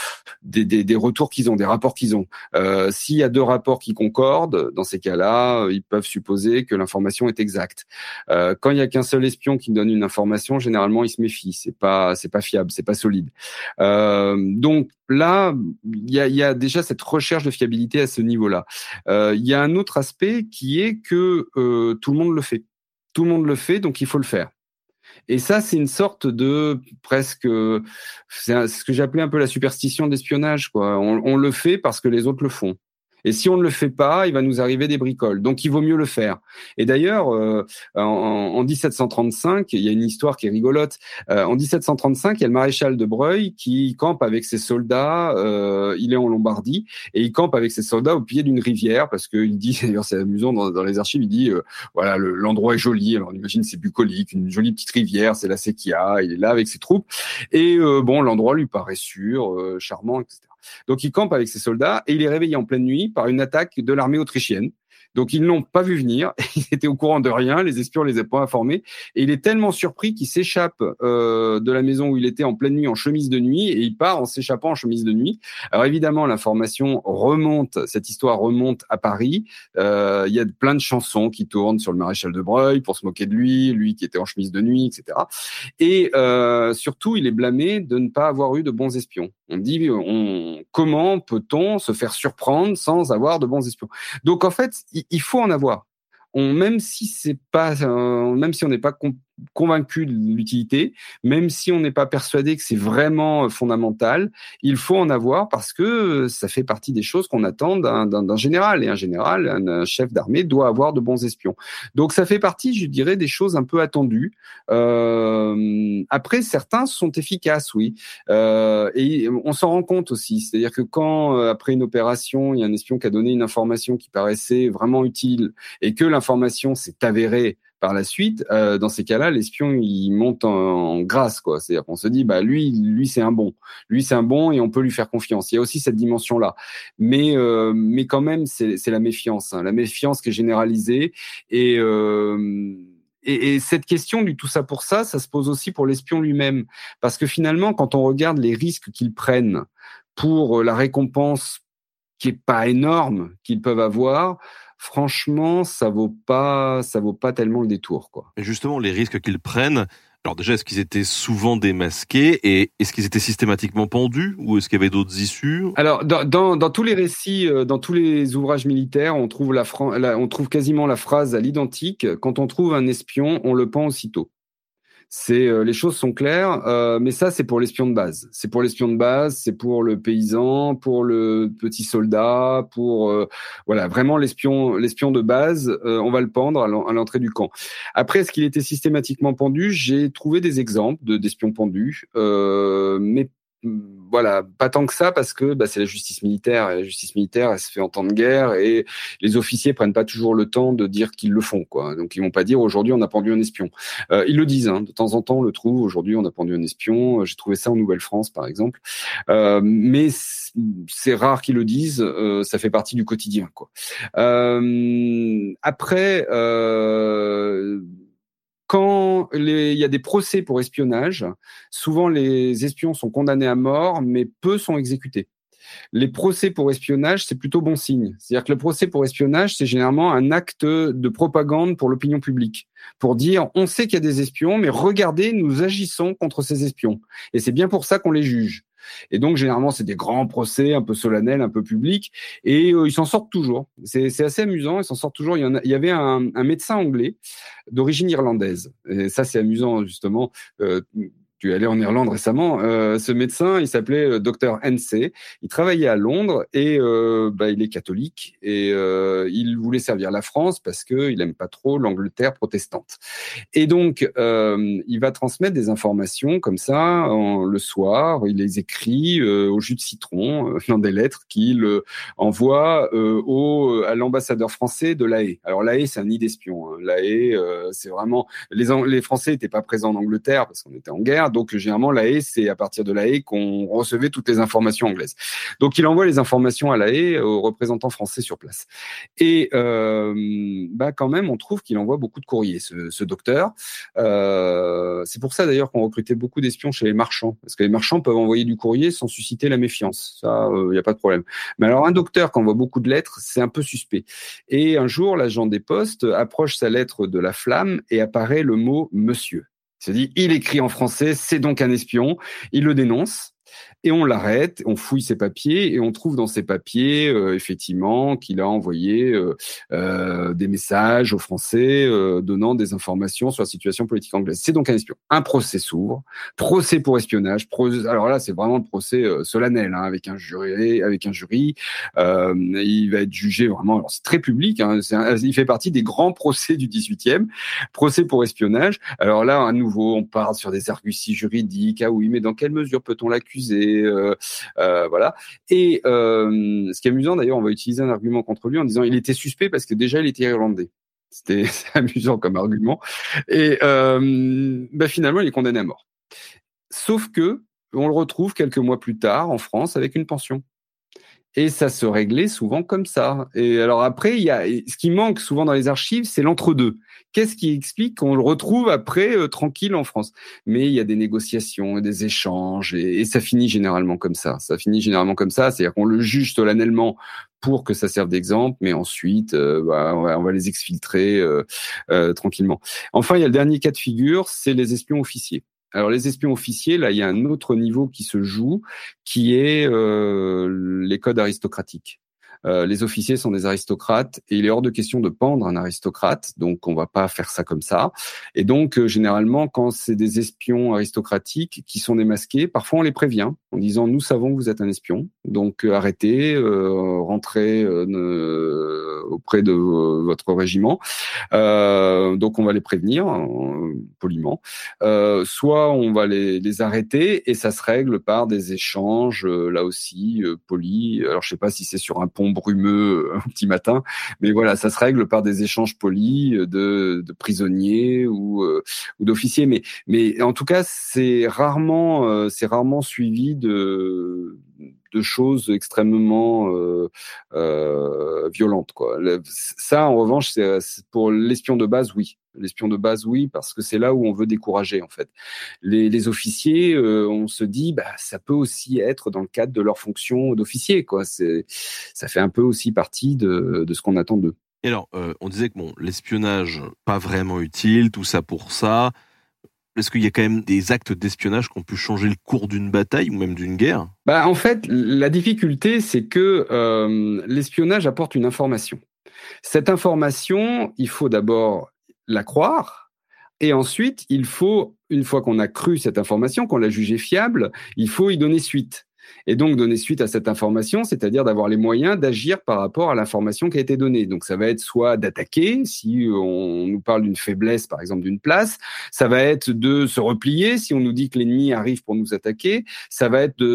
des retours qu'ils ont, des rapports qu'ils ont. S'il y a 2 rapports qui concordent, dans ces cas-là, ils peuvent supposer que l'information est exacte. Quand il y a qu'un seul espion qui donne une information, généralement, il se méfie. C'est pas fiable, c'est pas solide. Donc là, il y a déjà cette recherche de fiabilité à ce niveau-là. Il y a un autre aspect qui est que tout le monde le fait. Tout le monde le fait, donc il faut le faire. Et ça, c'est une sorte de presque, c'est ce que j'appelais un peu la superstition d'espionnage, quoi. On le fait parce que les autres le font. Et si on ne le fait pas, il va nous arriver des bricoles. Donc, il vaut mieux le faire. Et d'ailleurs, en 1735, il y a une histoire qui est rigolote. En 1735, il y a le maréchal de Broglie qui campe avec ses soldats. Il est en Lombardie et il campe avec ses soldats au pied d'une rivière parce qu'il dit, d'ailleurs, c'est amusant dans les archives, il dit, voilà, l'endroit est joli. Alors, on imagine c'est bucolique, une jolie petite rivière, c'est la Sequia. Il est là avec ses troupes et l'endroit lui paraît sûr, charmant, etc. Donc, il campe avec ses soldats et il est réveillé en pleine nuit par une attaque de l'armée autrichienne. Donc, ils n'ont pas vu venir. Ils étaient au courant de rien. Les espions les avaient pas informés. Et il est tellement surpris qu'il s'échappe de la maison où il était en pleine nuit en chemise de nuit et il part en s'échappant en chemise de nuit. Alors, évidemment, cette histoire remonte à Paris. Il y a plein de chansons qui tournent sur le maréchal de Broglie pour se moquer de lui qui était en chemise de nuit, etc. Et surtout, il est blâmé de ne pas avoir eu de bons espions. On dit, comment peut-on se faire surprendre sans avoir de bons espions? Donc, en fait, il faut en avoir. Même si on n'est pas convaincu de l'utilité, même si on n'est pas persuadé que c'est vraiment fondamental, il faut en avoir parce que ça fait partie des choses qu'on attend d'un général. Et un général, un chef d'armée doit avoir de bons espions. Donc ça fait partie, je dirais, des choses un peu attendues. Après, certains sont efficaces, oui. Et on s'en rend compte aussi. C'est-à-dire que quand, après une opération, il y a un espion qui a donné une information qui paraissait vraiment utile et que l'information s'est avérée par la suite, dans ces cas-là, l'espion il monte en grâce, quoi. C'est-à-dire qu'on se dit, lui c'est un bon, et on peut lui faire confiance. Il y a aussi cette dimension-là, mais quand même c'est la méfiance, hein, la méfiance qui est généralisée et cette question du tout ça pour ça se pose aussi pour l'espion lui-même, parce que finalement, quand on regarde les risques qu'ils prennent pour la récompense qui est pas énorme qu'ils peuvent avoir, franchement, ça vaut pas tellement le détour, quoi. Et justement, les risques qu'ils prennent, alors déjà, est-ce qu'ils étaient souvent démasqués et est-ce qu'ils étaient systématiquement pendus ou est-ce qu'il y avait d'autres issues? Alors, dans tous les récits, dans tous les ouvrages militaires, on trouve quasiment la phrase à l'identique. Quand on trouve un espion, on le pend aussitôt. Les choses sont claires, mais ça c'est pour l'espion de base. C'est pour l'espion de base, c'est pour le paysan, pour le petit soldat, pour vraiment l'espion de base. On va le pendre à l'entrée du camp. Après, est-ce qu'il était systématiquement pendu? J'ai trouvé des exemples d'espions pendus, mais voilà, pas tant que ça parce que c'est la justice militaire et la justice militaire elle se fait en temps de guerre et les officiers prennent pas toujours le temps de dire qu'ils le font, quoi. Donc ils vont pas dire aujourd'hui on a pendu un espion. Ils le disent, hein, de temps en temps on le trouve, aujourd'hui on a pendu un espion. J'ai trouvé ça en Nouvelle-France par exemple, mais c'est rare qu'ils le disent. Ça fait partie du quotidien, quoi. Après. Quand il y a des procès pour espionnage, souvent les espions sont condamnés à mort, mais peu sont exécutés. Les procès pour espionnage, c'est plutôt bon signe. C'est-à-dire que le procès pour espionnage, c'est généralement un acte de propagande pour l'opinion publique, pour dire on sait qu'il y a des espions, mais regardez, nous agissons contre ces espions. Et c'est bien pour ça qu'on les juge. Et donc généralement c'est des grands procès, un peu solennels, un peu publics, et ils s'en sortent toujours. C'est assez amusant, ils s'en sortent toujours. Il y avait un médecin anglais d'origine irlandaise, et ça c'est amusant justement. Tu es allé en Irlande récemment. Ce médecin, il s'appelait Dr NC. Il travaillait à Londres et il est catholique et il voulait servir la France parce que il aime pas trop l'Angleterre protestante. Et donc il va transmettre des informations comme ça le soir. Il les écrit au jus de citron dans des lettres qu'il envoie à l'ambassadeur français de La Haye. Alors La Haye, c'est un nid d'espions. Hein. La Haye, c'est vraiment les Français n'étaient pas présents en Angleterre parce qu'on était en guerre. Donc, généralement, La Haye, c'est à partir de La Haye qu'on recevait toutes les informations anglaises. Donc, il envoie les informations à La Haye aux représentants français sur place. Et quand même, on trouve qu'il envoie beaucoup de courriers, ce docteur. C'est pour ça, d'ailleurs, qu'on recrutait beaucoup d'espions chez les marchands. Parce que les marchands peuvent envoyer du courrier sans susciter la méfiance. Ça, il n'y a pas de problème. Mais alors, un docteur qui envoie beaucoup de lettres, c'est un peu suspect. Et un jour, l'agent des postes approche sa lettre de la flamme et apparaît le mot « monsieur ». Il se dit, il écrit en français, c'est donc un espion. Il le dénonce et on l'arrête, on fouille ses papiers et on trouve dans ses papiers effectivement qu'il a envoyé des messages aux Français donnant des informations sur la situation politique anglaise. C'est donc un espion. Un procès s'ouvre, procès pour espionnage. Alors là, c'est vraiment le procès solennel avec un jury. Il va être jugé vraiment. Alors c'est très public. Il fait partie des grands procès du 18e. Procès pour espionnage. Alors là, à nouveau, on parle sur des arguties juridiques. Ah oui, mais dans quelle mesure peut-on l'accuser? Voilà. Et ce qui est amusant d'ailleurs, on va utiliser un argument contre lui en disant il était suspect parce que déjà il était irlandais. C'est amusant comme argument. Et finalement, il est condamné à mort. Sauf que on le retrouve quelques mois plus tard en France avec une pension. Et ça se réglait souvent comme ça. Et alors après, ce qui manque souvent dans les archives, c'est l'entre-deux. Qu'est-ce qui explique qu'on le retrouve après tranquille en France? Mais il y a des négociations, des échanges, et ça finit généralement comme ça. C'est-à-dire qu'on le juge solennellement pour que ça serve d'exemple, mais ensuite, on va les exfiltrer tranquillement. Enfin, il y a le dernier cas de figure, c'est les espions officiers. Alors les espions officiers, là, il y a un autre niveau qui se joue, qui est les codes aristocratiques. Les officiers sont des aristocrates et il est hors de question de pendre un aristocrate, donc on va pas faire ça comme ça. Et donc généralement, quand c'est des espions aristocratiques qui sont démasqués, parfois on les prévient en disant nous savons que vous êtes un espion, donc arrêtez, rentrez auprès de votre régiment. Donc on va les prévenir poliment. Soit on va les arrêter et ça se règle par des échanges là aussi polis. Alors je sais pas si c'est sur un pont brumeux un petit matin, mais voilà, ça se règle par des échanges polis de prisonniers ou d'officiers. Mais en tout cas, c'est rarement suivi de choses extrêmement violentes, quoi. Ça, en revanche, c'est pour l'espion de base, oui. L'espion de base, oui, parce que c'est là où on veut décourager, en fait. Les officiers, on se dit, ça peut aussi être dans le cadre de leur fonction d'officier, quoi. Ça fait un peu aussi partie de ce qu'on attend d'eux. Et alors, on disait que l'espionnage, pas vraiment utile, tout ça pour ça. Est-ce qu'il y a quand même des actes d'espionnage qui ont pu changer le cours d'une bataille ou même d'une guerre? En fait, la difficulté, c'est que l'espionnage apporte une information. Cette information, il faut d'abord la croire, et ensuite, il faut, une fois qu'on a cru cette information, qu'on l'a jugée fiable, il faut y donner suite. Et donc donner suite à cette information, c'est-à-dire d'avoir les moyens d'agir par rapport à l'information qui a été donnée. Donc ça va être soit d'attaquer, si on nous parle d'une faiblesse, par exemple d'une place, ça va être de se replier, si on nous dit que l'ennemi arrive pour nous attaquer, ça va être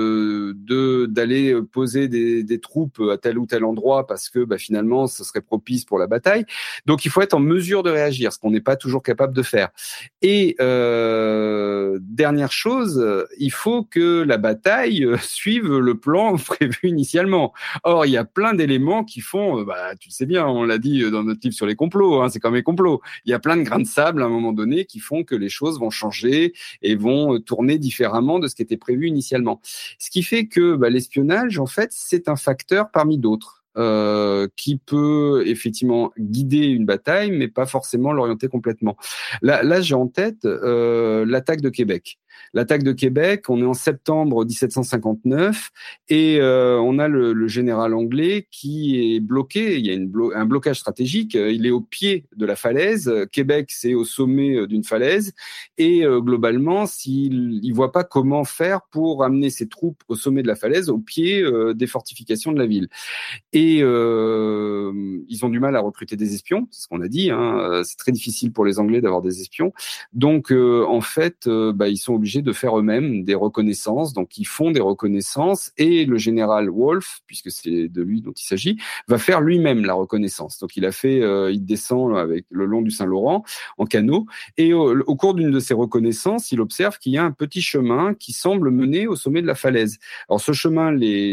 d'aller poser des troupes à tel ou tel endroit parce que finalement ce serait propice pour la bataille. Donc il faut être en mesure de réagir, ce qu'on n'est pas toujours capable de faire. Et dernière chose, il faut que la bataille suivent le plan prévu initialement. Or, il y a plein d'éléments qui font, tu le sais bien, on l'a dit dans notre livre sur les complots, c'est comme les complots. Il y a plein de grains de sable à un moment donné qui font que les choses vont changer et vont tourner différemment de ce qui était prévu initialement. Ce qui fait que l'espionnage, en fait, c'est un facteur parmi d'autres. Qui peut effectivement guider une bataille, mais pas forcément l'orienter complètement. Là j'ai en tête l'attaque de Québec. L'attaque de Québec, on est en septembre 1759 et on a le général anglais qui est bloqué. Il y a un blocage stratégique. Il est au pied de la falaise. Québec, c'est au sommet d'une falaise et globalement, il voit pas comment faire pour amener ses troupes au sommet de la falaise, au pied des fortifications de la ville. Et ils ont du mal à recruter des espions, c'est ce qu'on a dit. C'est très difficile pour les Anglais d'avoir des espions. Donc, en fait, ils sont obligés de faire eux-mêmes des reconnaissances. Donc, ils font des reconnaissances et le général Wolfe, puisque c'est de lui dont il s'agit, va faire lui-même la reconnaissance. Donc, il descend avec le long du Saint-Laurent en canot et au cours d'une de ces reconnaissances, il observe qu'il y a un petit chemin qui semble mener au sommet de la falaise. Alors, ce chemin,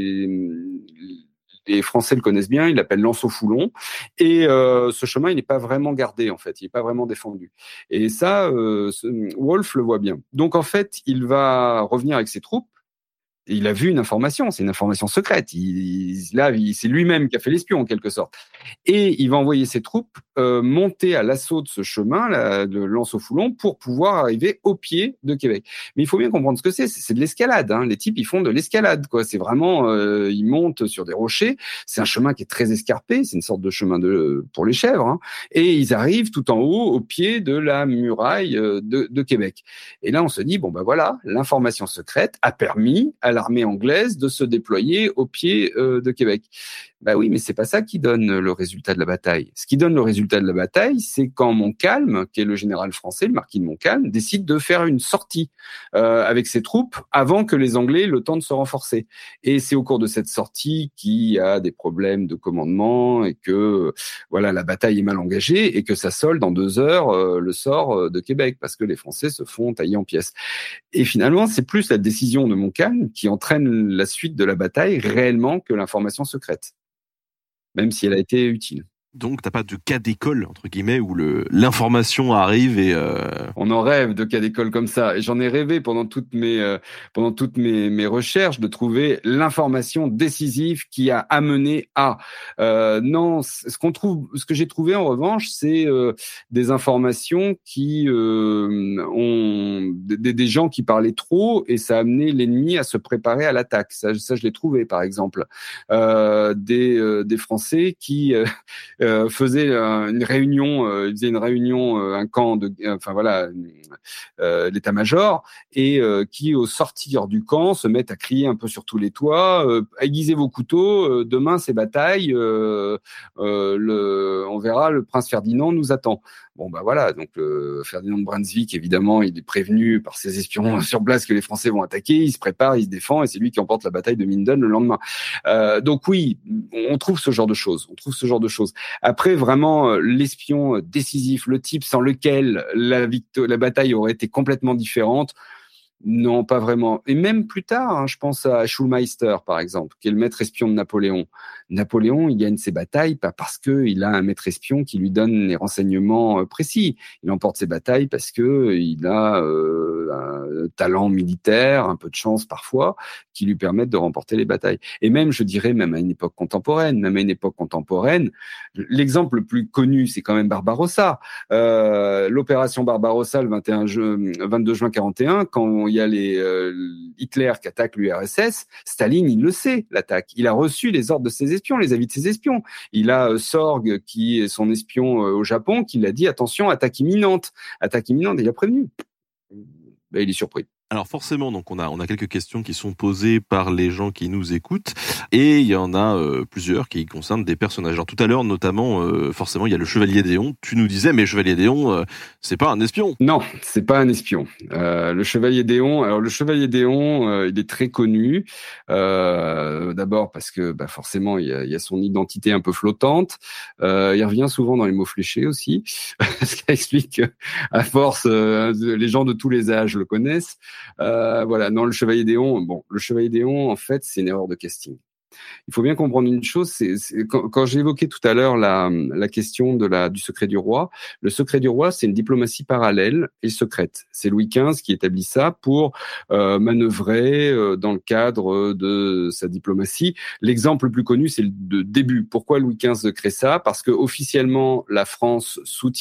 les Français le connaissent bien, il l'appelle l'Anse-au-Foulon. Et ce chemin, il n'est pas vraiment gardé, en fait. Il n'est pas vraiment défendu. Et ça, Wolfe le voit bien. Donc, en fait, il va revenir avec ses troupes. Et il a vu une information, c'est une information secrète. C'est lui-même qui a fait l'espion, en quelque sorte. Et il va envoyer ses troupes monter à l'assaut de ce chemin, de l'Anse-au-Foulon, pour pouvoir arriver au pied de Québec. Mais il faut bien comprendre ce que c'est. C'est de l'escalade. Les types, ils font de l'escalade, quoi. C'est vraiment, ils montent sur des rochers. C'est un chemin qui est très escarpé. C'est une sorte de chemin pour les chèvres. Et ils arrivent tout en haut, au pied de la muraille de Québec. Et là, on se dit, voilà, l'information secrète a permis à l'armée anglaise de se déployer au pied de Québec. Oui, mais c'est pas ça qui donne le résultat de la bataille. Ce qui donne le résultat de la bataille, c'est quand Montcalm, qui est le général français, le marquis de Montcalm, décide de faire une sortie avec ses troupes avant que les Anglais aient le temps de se renforcer. Et c'est au cours de cette sortie qu'il y a des problèmes de commandement et que la bataille est mal engagée et que ça solde en 2 heures le sort de Québec parce que les Français se font tailler en pièces. Et finalement, c'est plus la décision de Montcalm qui entraîne la suite de la bataille réellement que l'information secrète, même si elle a été utile. Donc, t'as pas de cas d'école, entre guillemets, où l'information arrive et... On en rêve de cas d'école comme ça. Et j'en ai rêvé pendant toutes mes recherches de trouver l'information décisive qui a amené à... non, ce que j'ai trouvé en revanche, c'est des informations qui ont... Des gens qui parlaient trop et ça a amené l'ennemi à se préparer à l'attaque. Ça je l'ai trouvé, par exemple. Des Français qui... faisait une réunion, un camp l'état-major, et qui au sortir du camp se mettent à crier un peu sur tous les toits, aiguisez vos couteaux, demain c'est bataille, on verra, le prince Ferdinand nous attend. Donc Ferdinand de Brunswick, évidemment, il est prévenu par ses espions sur place que les Français vont attaquer, il se prépare, il se défend, et c'est lui qui emporte la bataille de Minden le lendemain. Donc oui, on trouve ce genre de choses. Après, vraiment, l'espion décisif, le type sans lequel la bataille aurait été complètement différente, non, pas vraiment. Et même plus tard, je pense à Schulmeister, par exemple, qui est le maître espion de Napoléon. Napoléon, il gagne ses batailles pas parce que il a un maître espion qui lui donne les renseignements précis. Il emporte ses batailles parce que il a un talent militaire, un peu de chance parfois, qui lui permettent de remporter les batailles. Et même, je dirais, même à une époque contemporaine, l'exemple le plus connu, c'est quand même Barbarossa. L'opération Barbarossa, le 22 juin 41, quand il y a Hitler qui attaque l'URSS, Staline, il le sait, l'attaque. Il a reçu les ordres de ses espions, les avis de ses espions. Il a Sorg, qui est son espion au Japon, qui l'a dit, attention, attaque imminente, il a prévenu. Il est surpris. Alors forcément, donc on a quelques questions qui sont posées par les gens qui nous écoutent et il y en a plusieurs qui concernent des personnages. Alors tout à l'heure, notamment, forcément, il y a le Chevalier d'Éon. Tu nous disais, mais Chevalier d'Éon, c'est pas un espion. Non, c'est pas un espion. Le Chevalier d'Éon. Alors le Chevalier d'Éon, il est très connu. D'abord parce que forcément, il y a son identité un peu flottante. Il revient souvent dans les mots fléchés aussi, ce qui explique à force, les gens de tous les âges le connaissent. Non, le Chevalier d'Éon, le Chevalier d'Éon, en fait, c'est une erreur de casting. Il faut bien comprendre une chose, c'est quand j'ai évoqué tout à l'heure la question du secret du roi, le secret du roi, c'est une diplomatie parallèle et secrète. C'est Louis XV qui établit ça pour manœuvrer dans le cadre de sa diplomatie. L'exemple le plus connu, c'est le début. Pourquoi Louis XV crée ça ? Parce que officiellement, la France soutient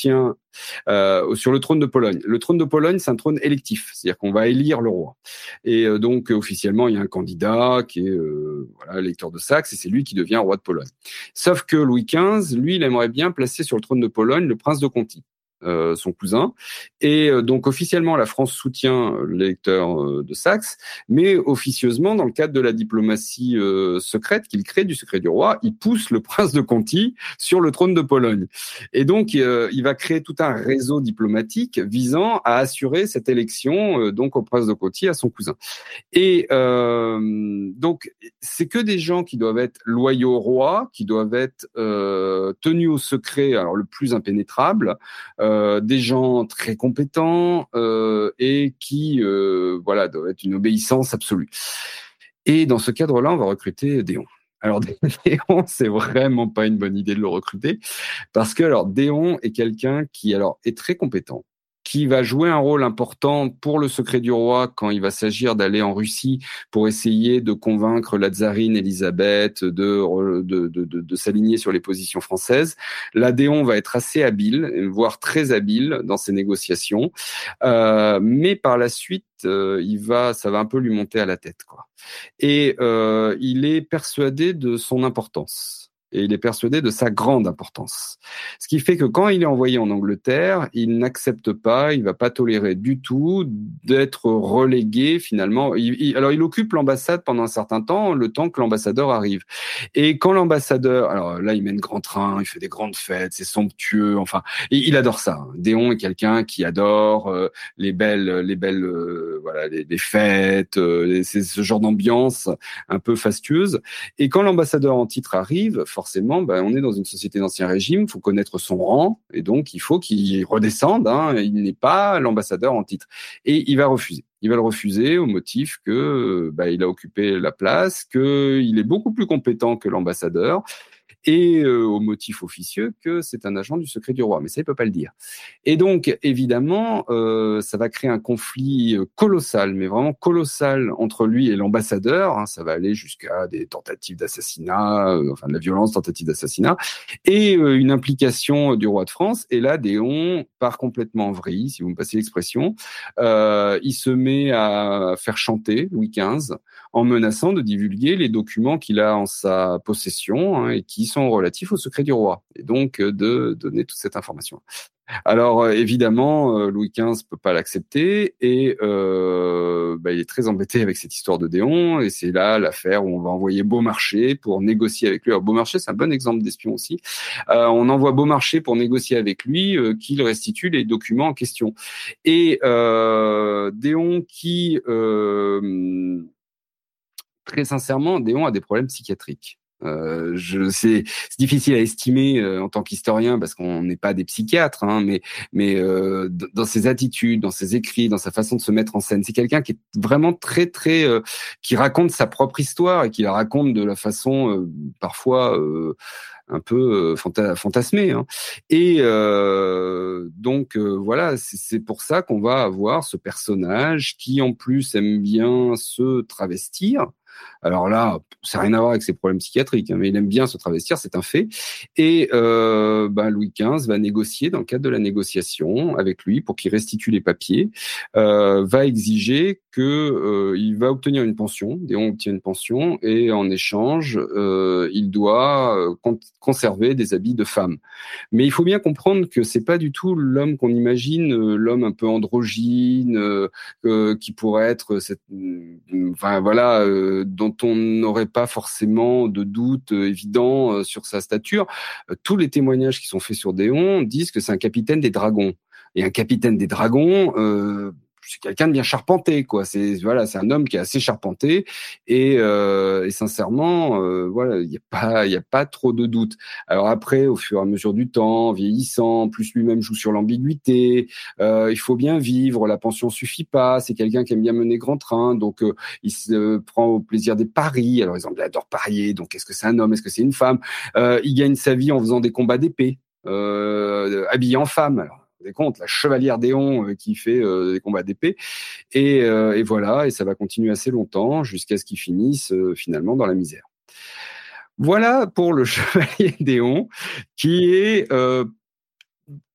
sur le trône de Pologne. Le trône de Pologne, c'est un trône électif, c'est-à-dire qu'on va élire le roi. Et donc officiellement, il y a un candidat qui est électeur de Saxe, et c'est lui qui devient roi de Pologne. Sauf que Louis XV, lui, il aimerait bien placer sur le trône de Pologne le prince de Conti. Son cousin, et donc officiellement la France soutient l'électeur de Saxe, mais officieusement dans le cadre de la diplomatie secrète qu'il crée du secret du roi, il pousse le prince de Conti sur le trône de Pologne, et donc il va créer tout un réseau diplomatique visant à assurer cette élection donc au prince de Conti, à son cousin. Et donc c'est que des gens qui doivent être loyaux au roi, qui doivent être tenus au secret, alors le plus impénétrable, des gens très compétents et qui doivent être une obéissance absolue. Et dans ce cadre-là, on va recruter Déon. Alors Déon, c'est vraiment pas une bonne idée de le recruter, parce que alors Déon est quelqu'un qui est très compétent, qui va jouer un rôle important pour le secret du roi quand il va s'agir d'aller en Russie pour essayer de convaincre la tsarine Élisabeth de s'aligner sur les positions françaises. Là, Déon va être assez habile, voire très habile dans ses négociations, mais par la suite, ça va un peu lui monter à la tête, quoi. Et il est persuadé de son importance. Et il est persuadé de sa grande importance. Ce qui fait que quand il est envoyé en Angleterre, il n'accepte pas, il va pas tolérer du tout d'être relégué finalement. Alors il occupe l'ambassade pendant un certain temps, le temps que l'ambassadeur arrive. Et quand l'ambassadeur, alors là il mène grand train, il fait des grandes fêtes, c'est somptueux, enfin, il adore ça. Déon est quelqu'un qui adore les fêtes, c'est ce genre d'ambiance un peu fastueuse. Et quand l'ambassadeur en titre arrive, forcément, on est dans une société d'Ancien Régime, il faut connaître son rang, et donc il faut qu'il redescende, il n'est pas l'ambassadeur en titre. Et il va refuser. Il va le refuser au motif que il a occupé la place, qu'il est beaucoup plus compétent que l'ambassadeur, et au motif officieux que c'est un agent du secret du roi. Mais ça, il peut pas le dire. Et donc, évidemment, ça va créer un conflit colossal, mais vraiment colossal, entre lui et l'ambassadeur. Ça va aller jusqu'à des tentatives d'assassinat, de la violence, tentatives d'assassinat, et une implication du roi de France. Et là, Déon part complètement en vrille, si vous me passez l'expression. Il se met à faire chanter Louis XV en menaçant de divulguer les documents qu'il a en sa possession, et qui sont relatifs au secret du roi, et donc de donner toute cette information. Alors évidemment, Louis XV peut pas l'accepter, et il est très embêté avec cette histoire de Déon, et c'est là l'affaire où on va envoyer Beaumarchais pour négocier avec lui. Alors Beaumarchais, c'est un bon exemple d'espion aussi. On envoie Beaumarchais pour négocier avec lui qu'il restitue les documents en question. Et Déon qui très sincèrement, Déon a des problèmes psychiatriques. C'est difficile à estimer en tant qu'historien parce qu'on n'est pas des psychiatres, mais dans ses attitudes, dans ses écrits, dans sa façon de se mettre en scène, c'est quelqu'un qui est vraiment très très qui raconte sa propre histoire et qui la raconte de la façon parfois un peu fantasmée. Et donc voilà, c'est pour ça qu'on va avoir ce personnage qui en plus aime bien se travestir. Alors là, ça n'a rien à voir avec ses problèmes psychiatriques, mais il aime bien se travestir, c'est un fait. Et Louis XV va négocier, dans le cadre de la négociation avec lui, pour qu'il restitue les papiers, va exiger que il va obtenir une pension, Déon obtient une pension, et en échange, il doit conserver des habits de femme. Mais il faut bien comprendre que c'est pas du tout l'homme qu'on imagine, l'homme un peu androgyne, qui pourrait être dont on n'aurait pas forcément de doute évident sur sa stature. Tous les témoignages qui sont faits sur Déon disent que c'est un capitaine des dragons. Et un capitaine des dragons, c'est quelqu'un de bien charpenté, quoi. C'est un homme qui est assez charpenté, et sincèrement, il y a pas trop de doute. Alors après, au fur et à mesure du temps, vieillissant, plus lui-même joue sur l'ambiguïté. Il faut bien vivre, la pension suffit pas. C'est quelqu'un qui aime bien mener grand train, donc il se prend au plaisir des paris. Alors il adore parier. Donc est-ce que c'est un homme, est-ce que c'est une femme? Il gagne sa vie en faisant des combats d'épée, habillé en femme. Alors, des comptes, la chevalière Déon qui fait des combats d'épée, et voilà, et ça va continuer assez longtemps jusqu'à ce qu'il finisse finalement dans la misère. Voilà pour le chevalier Déon, qui est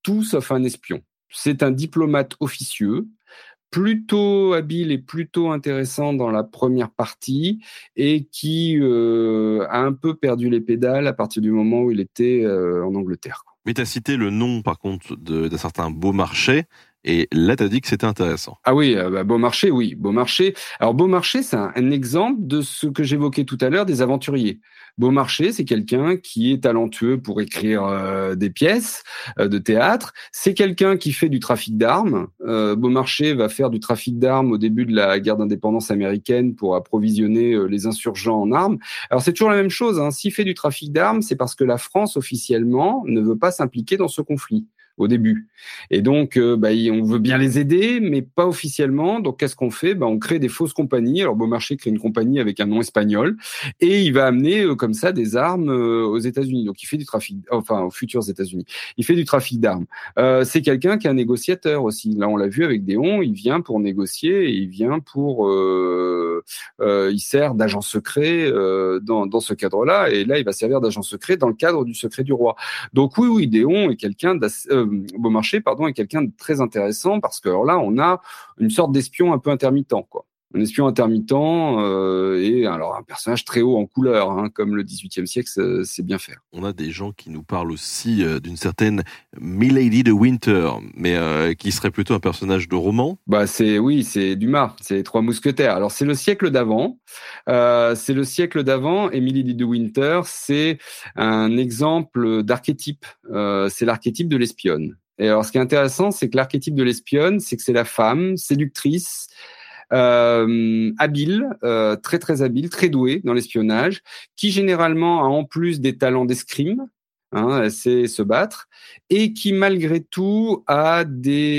tout sauf un espion. C'est un diplomate officieux, plutôt habile et plutôt intéressant dans la première partie et qui a un peu perdu les pédales à partir du moment où il était en Angleterre. Mais tu as cité le nom, par contre, d'un certain Beaumarchais. Et là, tu as dit que c'était intéressant. Ah oui, Beaumarchais, oui. Beaumarchais. Alors, Beaumarchais, c'est un exemple de ce que j'évoquais tout à l'heure des aventuriers. Beaumarchais, c'est quelqu'un qui est talentueux pour écrire des pièces de théâtre. C'est quelqu'un qui fait du trafic d'armes. Beaumarchais va faire du trafic d'armes au début de la guerre d'indépendance américaine pour approvisionner les insurgents en armes. Alors, c'est toujours la même chose. S'il fait du trafic d'armes, c'est parce que la France, officiellement, ne veut pas s'impliquer dans ce conflit au début. Et donc, on veut bien les aider, mais pas officiellement. Donc, qu'est-ce qu'on fait ? On crée des fausses compagnies. Alors, Beaumarchais crée une compagnie avec un nom espagnol et il va amener comme ça des armes aux États-Unis. Donc, il fait du trafic, aux futurs États-Unis. Il fait du trafic d'armes. C'est quelqu'un qui est un négociateur aussi. Là, on l'a vu avec Déon. Il vient pour négocier et il vient pour... il sert d'agent secret dans ce cadre-là. Et là, il va servir d'agent secret dans le cadre du secret du roi. Donc, oui, Déon est quelqu'un Beaumarchais, est quelqu'un de très intéressant parce que alors là, on a une sorte d'espion un peu intermittent, quoi. Un espion intermittent et alors un personnage très haut en couleur, comme le XVIIIe siècle sait bien faire. On a des gens qui nous parlent aussi d'une certaine Milady de Winter, mais qui serait plutôt un personnage de roman. C'est Dumas, c'est les Trois Mousquetaires. Alors c'est le siècle d'avant, et Milady de Winter, c'est un exemple d'archétype. C'est l'archétype de l'espionne. Et alors ce qui est intéressant, c'est que l'archétype de l'espionne, c'est que c'est la femme séductrice, habile, très très habile, très douée dans l'espionnage, qui généralement a en plus des talents d'escrime, elle sait se battre, et qui malgré tout a des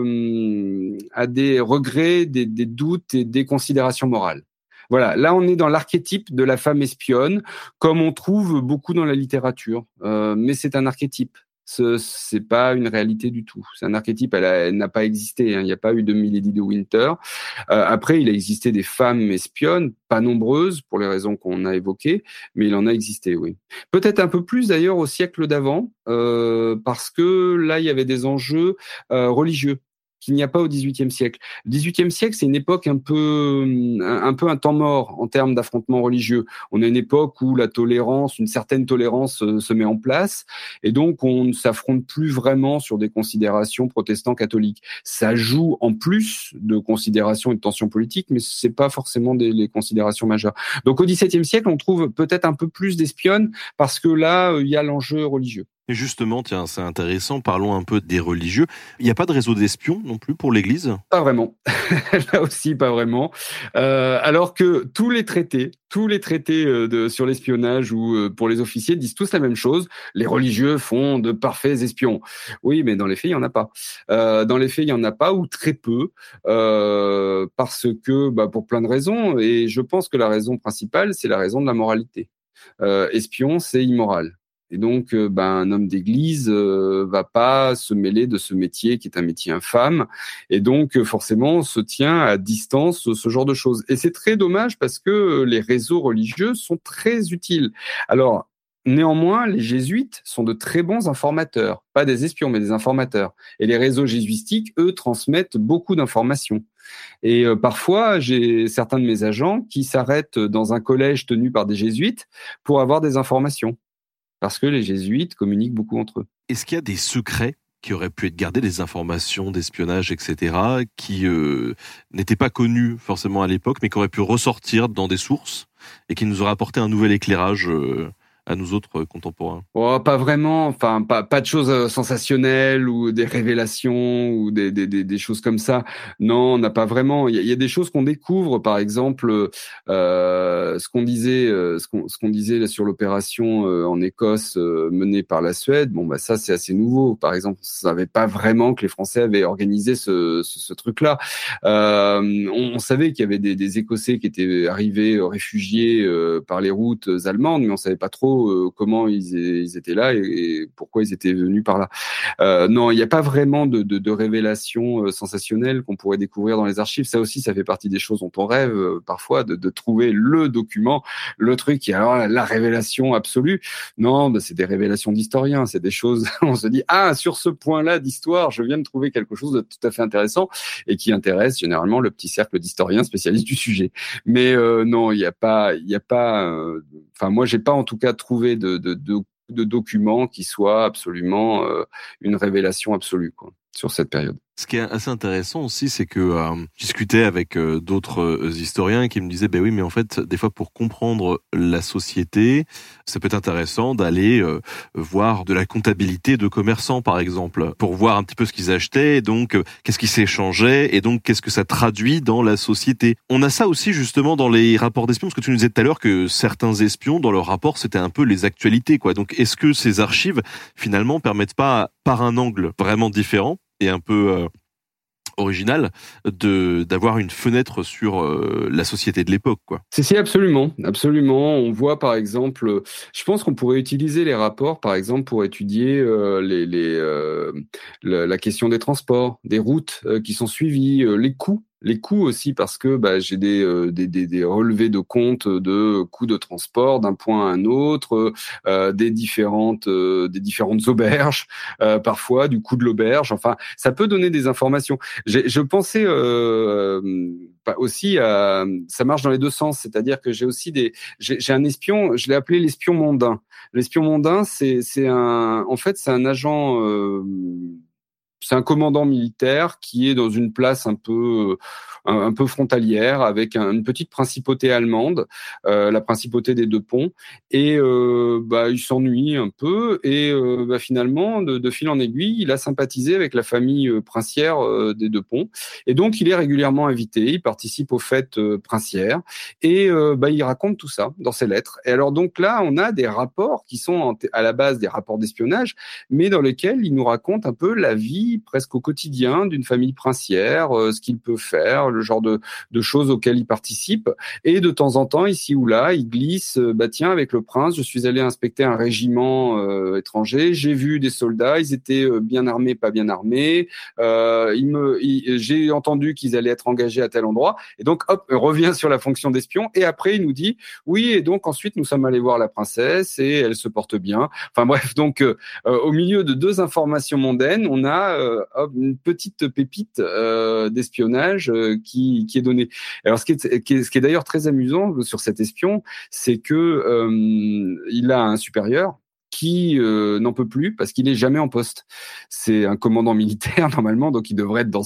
regrets, des doutes et des considérations morales. Voilà, là on est dans l'archétype de la femme espionne, comme on trouve beaucoup dans la littérature, mais c'est un archétype. C'est pas une réalité du tout. C'est un archétype, elle n'a pas existé. Il n'y a pas eu de Milady de Winter. Après, il a existé des femmes espionnes, pas nombreuses pour les raisons qu'on a évoquées, mais il en a existé, oui. Peut-être un peu plus d'ailleurs au siècle d'avant, parce que là, il y avait des enjeux religieux qu'il n'y a pas au XVIIIe siècle. Le XVIIIe siècle, c'est une époque un peu un temps mort en termes d'affrontements religieux. On a une époque où une certaine tolérance se met en place, et donc on ne s'affronte plus vraiment sur des considérations protestants-catholiques. Ça joue en plus de considérations et de tensions politiques, mais c'est pas forcément les considérations majeures. Donc au XVIIe siècle, on trouve peut-être un peu plus d'espionnes parce que là, il y a l'enjeu religieux. Et justement, tiens, c'est intéressant, parlons un peu des religieux. Il n'y a pas de réseau d'espions non plus pour l'Église ? Pas vraiment. Là aussi, pas vraiment. Alors que tous les traités sur l'espionnage ou pour les officiers disent tous la même chose. Les religieux font de parfaits espions. Oui, mais dans les faits, il n'y en a pas. Dans les faits, il n'y en a pas ou très peu parce que, pour plein de raisons. Et je pense que la raison principale, c'est la raison de la moralité. Espion, c'est immoral. Et donc, un homme d'église va pas se mêler de ce métier qui est un métier infâme, et donc forcément se tient à distance ce genre de choses. Et c'est très dommage parce que les réseaux religieux sont très utiles. Alors, néanmoins, les jésuites sont de très bons informateurs, pas des espions, mais des informateurs. Et les réseaux jésuitiques, eux, transmettent beaucoup d'informations. Et parfois, j'ai certains de mes agents qui s'arrêtent dans un collège tenu par des jésuites pour avoir des informations. Parce que les jésuites communiquent beaucoup entre eux. Est-ce qu'il y a des secrets qui auraient pu être gardés, des informations d'espionnage, etc., qui n'étaient pas connus forcément à l'époque, mais qui auraient pu ressortir dans des sources et qui nous auraient apporté un nouvel éclairage à nous autres contemporains? Pas vraiment, pas de choses sensationnelles ou des révélations ou des choses comme ça. Non, on n'a pas vraiment. Il y a des choses qu'on découvre, par exemple, ce qu'on disait là sur l'opération en Écosse menée par la Suède. Ça c'est assez nouveau. Par exemple, on savait pas vraiment que les Français avaient organisé ce truc-là. On savait qu'il y avait des Écossais qui étaient arrivés réfugiés par les routes allemandes, mais on savait pas trop comment ils étaient là et pourquoi ils étaient venus par là. Non, il n'y a pas vraiment de révélations sensationnelles qu'on pourrait découvrir dans les archives. Ça aussi, ça fait partie des choses dont on rêve parfois, de trouver le document, le truc qui est alors la révélation absolue. Non, c'est des révélations d'historiens, c'est des choses, on se dit, sur ce point-là d'histoire, je viens de trouver quelque chose de tout à fait intéressant et qui intéresse généralement le petit cercle d'historiens spécialistes du sujet. Mais non, il y a pas. Moi, j'ai pas en tout cas trouvé de documents qui soient absolument une révélation absolue, quoi, sur cette période. Ce qui est assez intéressant aussi, c'est que je discutais avec d'autres historiens qui me disaient, oui, mais en fait, des fois, pour comprendre la société, ça peut être intéressant d'aller voir de la comptabilité de commerçants, par exemple, pour voir un petit peu ce qu'ils achetaient, donc qu'est-ce qui s'échangeait, et donc qu'est-ce que ça traduit dans la société. On a ça aussi justement dans les rapports d'espions, parce que tu nous disais tout à l'heure que certains espions, dans leurs rapports, c'était un peu les actualités, quoi. Donc, est-ce que ces archives, finalement, permettent pas, par un angle vraiment différent, et un peu original, d'avoir une fenêtre sur la société de l'époque, quoi. Si, absolument. On voit par exemple, je pense qu'on pourrait utiliser les rapports, par exemple, pour étudier la question des transports, des routes qui sont suivies, les coûts aussi, parce que j'ai des relevés de compte de coûts de transport d'un point à un autre, des différentes auberges, parfois du coût de l'auberge. Enfin, ça peut donner des informations. Je pensais aussi à, ça marche dans les deux sens, c'est-à-dire que j'ai un espion, je l'ai appelé l'espion mondain. L'espion mondain, c'est un agent. C'est un commandant militaire qui est dans une place un peu frontalière avec une petite principauté allemande, la principauté des Deux Ponts, et il s'ennuie un peu et finalement de fil en aiguille, il a sympathisé avec la famille princière des Deux Ponts et donc il est régulièrement invité, il participe aux fêtes princières et il raconte tout ça dans ses lettres. Et alors donc là, on a des rapports qui sont à la base des rapports d'espionnage, mais dans lesquels il nous raconte un peu la vie presque au quotidien d'une famille princière, ce qu'il peut faire, le genre de choses auxquelles il participe. Et de temps en temps, ici ou là, il glisse, tiens, avec le prince, je suis allé inspecter un régiment étranger, j'ai vu des soldats, ils étaient bien armés, pas bien armés, j'ai entendu qu'ils allaient être engagés à tel endroit. Et donc, hop, revient sur la fonction d'espion. Et après, il nous dit, oui, et donc ensuite, nous sommes allés voir la princesse et elle se porte bien. Enfin bref, donc, au milieu de deux informations mondaines, on a une petite pépite d'espionnage qui est donnée. Alors, ce qui est d'ailleurs très amusant sur cet espion, c'est que il a un supérieur qui n'en peut plus parce qu'il est jamais en poste. C'est un commandant militaire normalement, donc il devrait être dans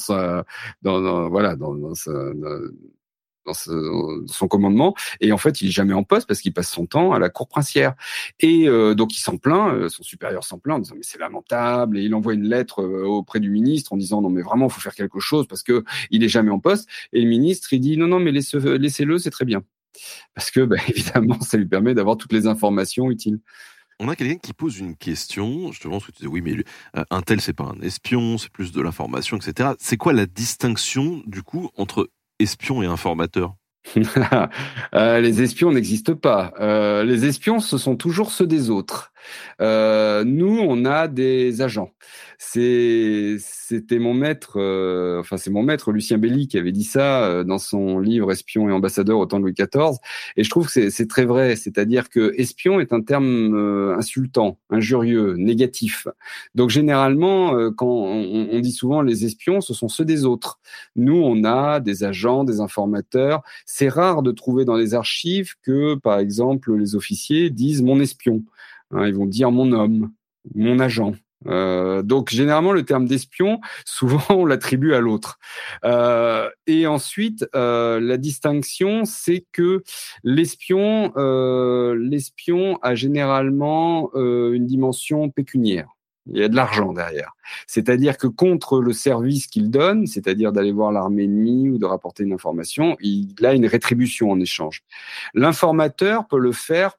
son commandement, et en fait il est jamais en poste parce qu'il passe son temps à la cour princière et donc il s'en plaint, son supérieur s'en plaint en disant mais c'est lamentable, et il envoie une lettre auprès du ministre en disant non mais vraiment il faut faire quelque chose parce que il est jamais en poste, et le ministre il dit non mais laissez-le, c'est très bien, parce que évidemment ça lui permet d'avoir toutes les informations utiles. On a quelqu'un qui pose une question, justement, parce que tu dis oui, mais un tel, c'est pas un espion, c'est plus de l'information, etc. C'est quoi la distinction, du coup, entre espion et informateur? Les espions n'existent pas. Les espions, ce sont toujours ceux des autres. Nous, on a des agents. C'était mon maître, c'est mon maître Lucien Belli qui avait dit ça dans son livre Espion et ambassadeur au temps de Louis XIV. Et je trouve que c'est très vrai. C'est-à-dire que espion est un terme insultant, injurieux, négatif. Donc généralement, quand on dit souvent les espions, ce sont ceux des autres. Nous, on a des agents, des informateurs. C'est rare de trouver dans les archives que, par exemple, les officiers disent mon espion. Ils vont dire mon homme, mon agent. Donc généralement le terme d'espion, souvent on l'attribue à l'autre. Et ensuite la distinction, c'est que l'espion a généralement une dimension pécuniaire. Il y a de l'argent derrière. C'est-à-dire que contre le service qu'il donne, c'est-à-dire d'aller voir l'armée ennemie ou de rapporter une information, il a une rétribution en échange. L'informateur peut le faire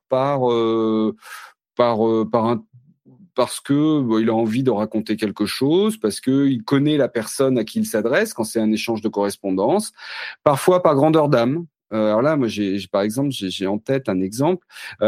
parce que il a envie de raconter quelque chose, parce que il connaît la personne à qui il s'adresse quand c'est un échange de correspondance, parfois par grandeur d'âme. Alors là, moi, par exemple, j'ai en tête un exemple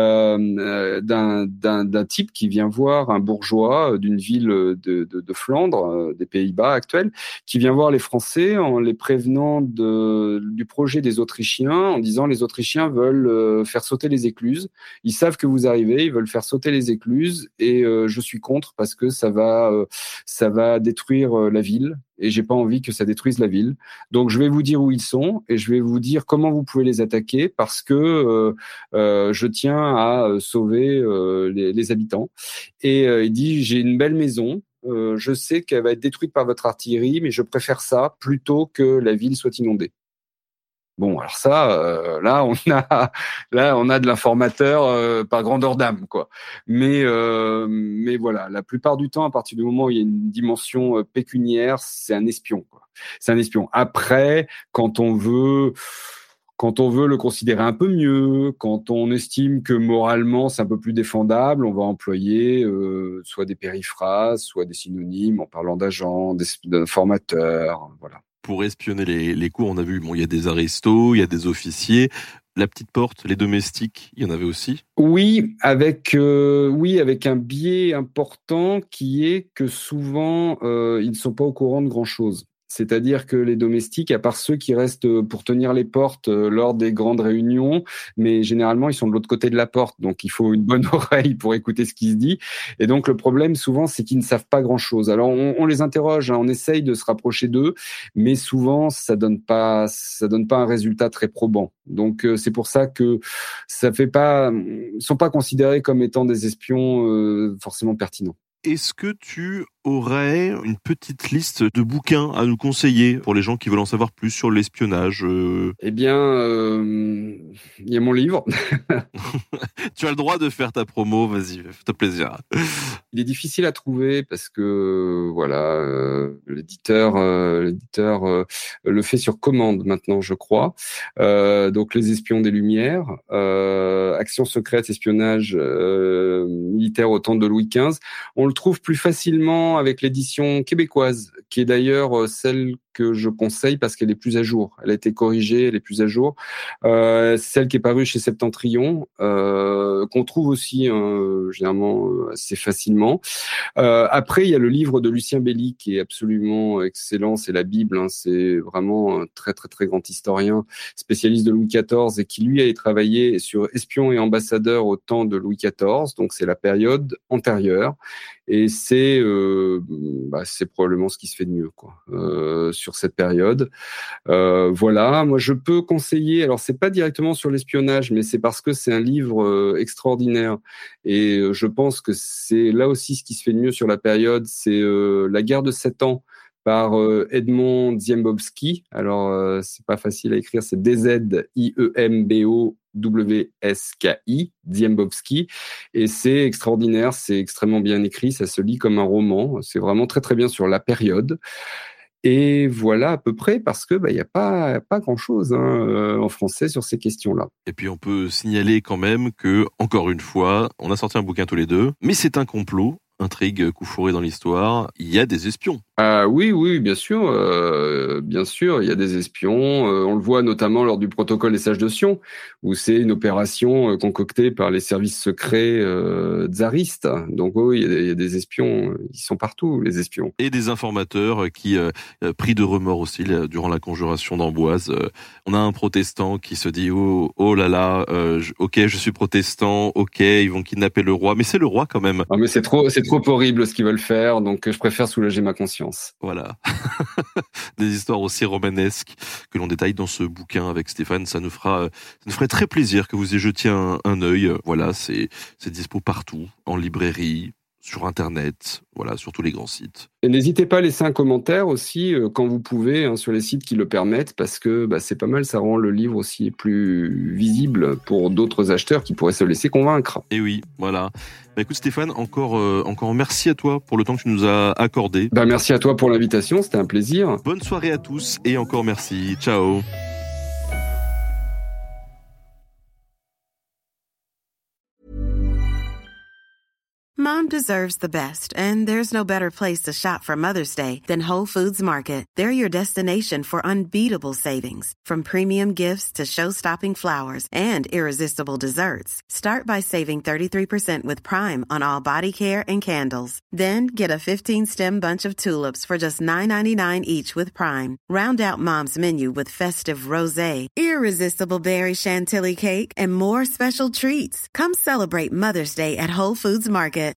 d'un type qui vient voir un bourgeois d'une ville de Flandre, des Pays-Bas actuels, qui vient voir les Français en les prévenant du projet des Autrichiens, en disant les Autrichiens veulent faire sauter les écluses. Ils savent que vous arrivez, ils veulent faire sauter les écluses, et je suis contre parce que ça va détruire la ville. Et j'ai pas envie que ça détruise la ville. Donc je vais vous dire où ils sont et je vais vous dire comment vous pouvez les attaquer parce que je tiens à sauver les habitants. Et il dit j'ai une belle maison. Je sais qu'elle va être détruite par votre artillerie, mais je préfère ça plutôt que la ville soit inondée. Bon, alors ça, là, on a de l'informateur par grandeur d'âme, quoi. Mais voilà, la plupart du temps, à partir du moment où il y a une dimension pécuniaire, c'est un espion, quoi. C'est un espion. Après, quand on veut le considérer un peu mieux, quand on estime que moralement c'est un peu plus défendable, on va employer soit des périphrases, soit des synonymes en parlant d'agents, d'informateurs, voilà. Pour espionner les cours, on a vu, il y a des aristos, il y a des officiers. La petite porte, les domestiques, il y en avait aussi. Oui, avec un biais important qui est que souvent ils ne sont pas au courant de grand-chose. C'est-à-dire que les domestiques, à part ceux qui restent pour tenir les portes lors des grandes réunions, mais généralement ils sont de l'autre côté de la porte, donc il faut une bonne oreille pour écouter ce qui se dit. Et donc le problème souvent, c'est qu'ils ne savent pas grand-chose. Alors on les interroge, on essaye de se rapprocher d'eux, mais souvent ça donne pas un résultat très probant. Donc c'est pour ça que ils sont pas considérés comme étant des espions forcément pertinents. Est-ce que tu aurais une petite liste de bouquins à nous conseiller pour les gens qui veulent en savoir plus sur l'espionnage? Eh bien, il y a mon livre. Tu as le droit de faire ta promo, vas-y, fais-toi plaisir. Il est difficile à trouver parce que voilà, l'éditeur le fait sur commande maintenant, je crois. Donc Les Espions des Lumières, Action secrète, espionnage militaire au temps de Louis XV. On le trouve plus facilement avec l'édition québécoise, qui est d'ailleurs celle que je conseille parce qu'elle est plus à jour. Elle a été corrigée, elle est plus à jour. Celle qui est parue chez Septentrion, qu'on trouve aussi généralement assez facilement. Après, il y a le livre de Lucien Belli qui est absolument excellent. C'est la Bible. C'est vraiment un très très très grand historien, spécialiste de Louis XIV et qui lui a travaillé sur espions et ambassadeurs au temps de Louis XIV. Donc c'est la période antérieure. Et c'est probablement ce qui se fait de mieux, quoi, sur cette période. Voilà, moi je peux conseiller. Alors c'est pas directement sur l'espionnage, mais c'est parce que c'est un livre extraordinaire. Et je pense que c'est là aussi ce qui se fait de mieux sur la période. C'est La guerre de 7 ans par Edmond Dziembowski. Alors c'est pas facile à écrire, c'est Dziembowski, Dziembowski, et c'est extraordinaire, c'est extrêmement bien écrit, ça se lit comme un roman, c'est vraiment très très bien sur la période. Et voilà à peu près, parce que y a pas grand-chose en français sur ces questions-là. Et puis on peut signaler quand même que, encore une fois, on a sorti un bouquin tous les deux, mais c'est un complot. Intrigue, coup fourré dans l'histoire, il y a des espions. Oui, bien sûr, il y a des espions. On le voit notamment lors du protocole des Sages de Sion, où c'est une opération concoctée par les services secrets tsaristes. Donc oui, il y a des espions, ils sont partout, les espions. Et des informateurs qui, pris de remords aussi, durant la conjuration d'Amboise, on a un protestant qui se dit oh là là, ok, je suis protestant, ok, ils vont kidnapper le roi, mais c'est le roi quand même. Non mais c'est trop horrible ce qu'ils veulent faire, donc je préfère soulager ma conscience. Voilà. Des histoires aussi romanesques que l'on détaille dans ce bouquin avec Stéphane. Ça nous ferait très plaisir que vous y jetiez un œil. Voilà, c'est dispo partout, en librairie, sur Internet, voilà, sur tous les grands sites. Et n'hésitez pas à laisser un commentaire aussi quand vous pouvez sur les sites qui le permettent, parce que c'est pas mal, ça rend le livre aussi plus visible pour d'autres acheteurs qui pourraient se laisser convaincre. Et oui, voilà. Écoute Stéphane, encore merci à toi pour le temps que tu nous as accordé. Merci à toi pour l'invitation, c'était un plaisir. Bonne soirée à tous et encore merci. Ciao. Mom deserves the best, and there's no better place to shop for Mother's Day than Whole Foods Market. They're your destination for unbeatable savings, from premium gifts to show-stopping flowers and irresistible desserts. Start by saving 33% with Prime on all body care and candles. Then get a 15-stem bunch of tulips for just $9.99 each with Prime. Round out Mom's menu with festive rosé, irresistible berry chantilly cake, and more special treats. Come celebrate Mother's Day at Whole Foods Market.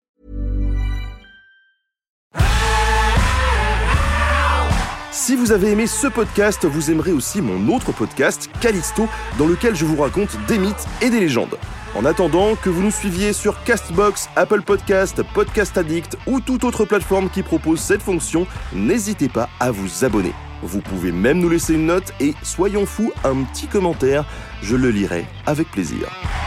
Si vous avez aimé ce podcast, vous aimerez aussi mon autre podcast, Callisto, dans lequel je vous raconte des mythes et des légendes. En attendant, que vous nous suiviez sur Castbox, Apple Podcast, Podcast Addict ou toute autre plateforme qui propose cette fonction, n'hésitez pas à vous abonner. Vous pouvez même nous laisser une note et, soyons fous, un petit commentaire, je le lirai avec plaisir.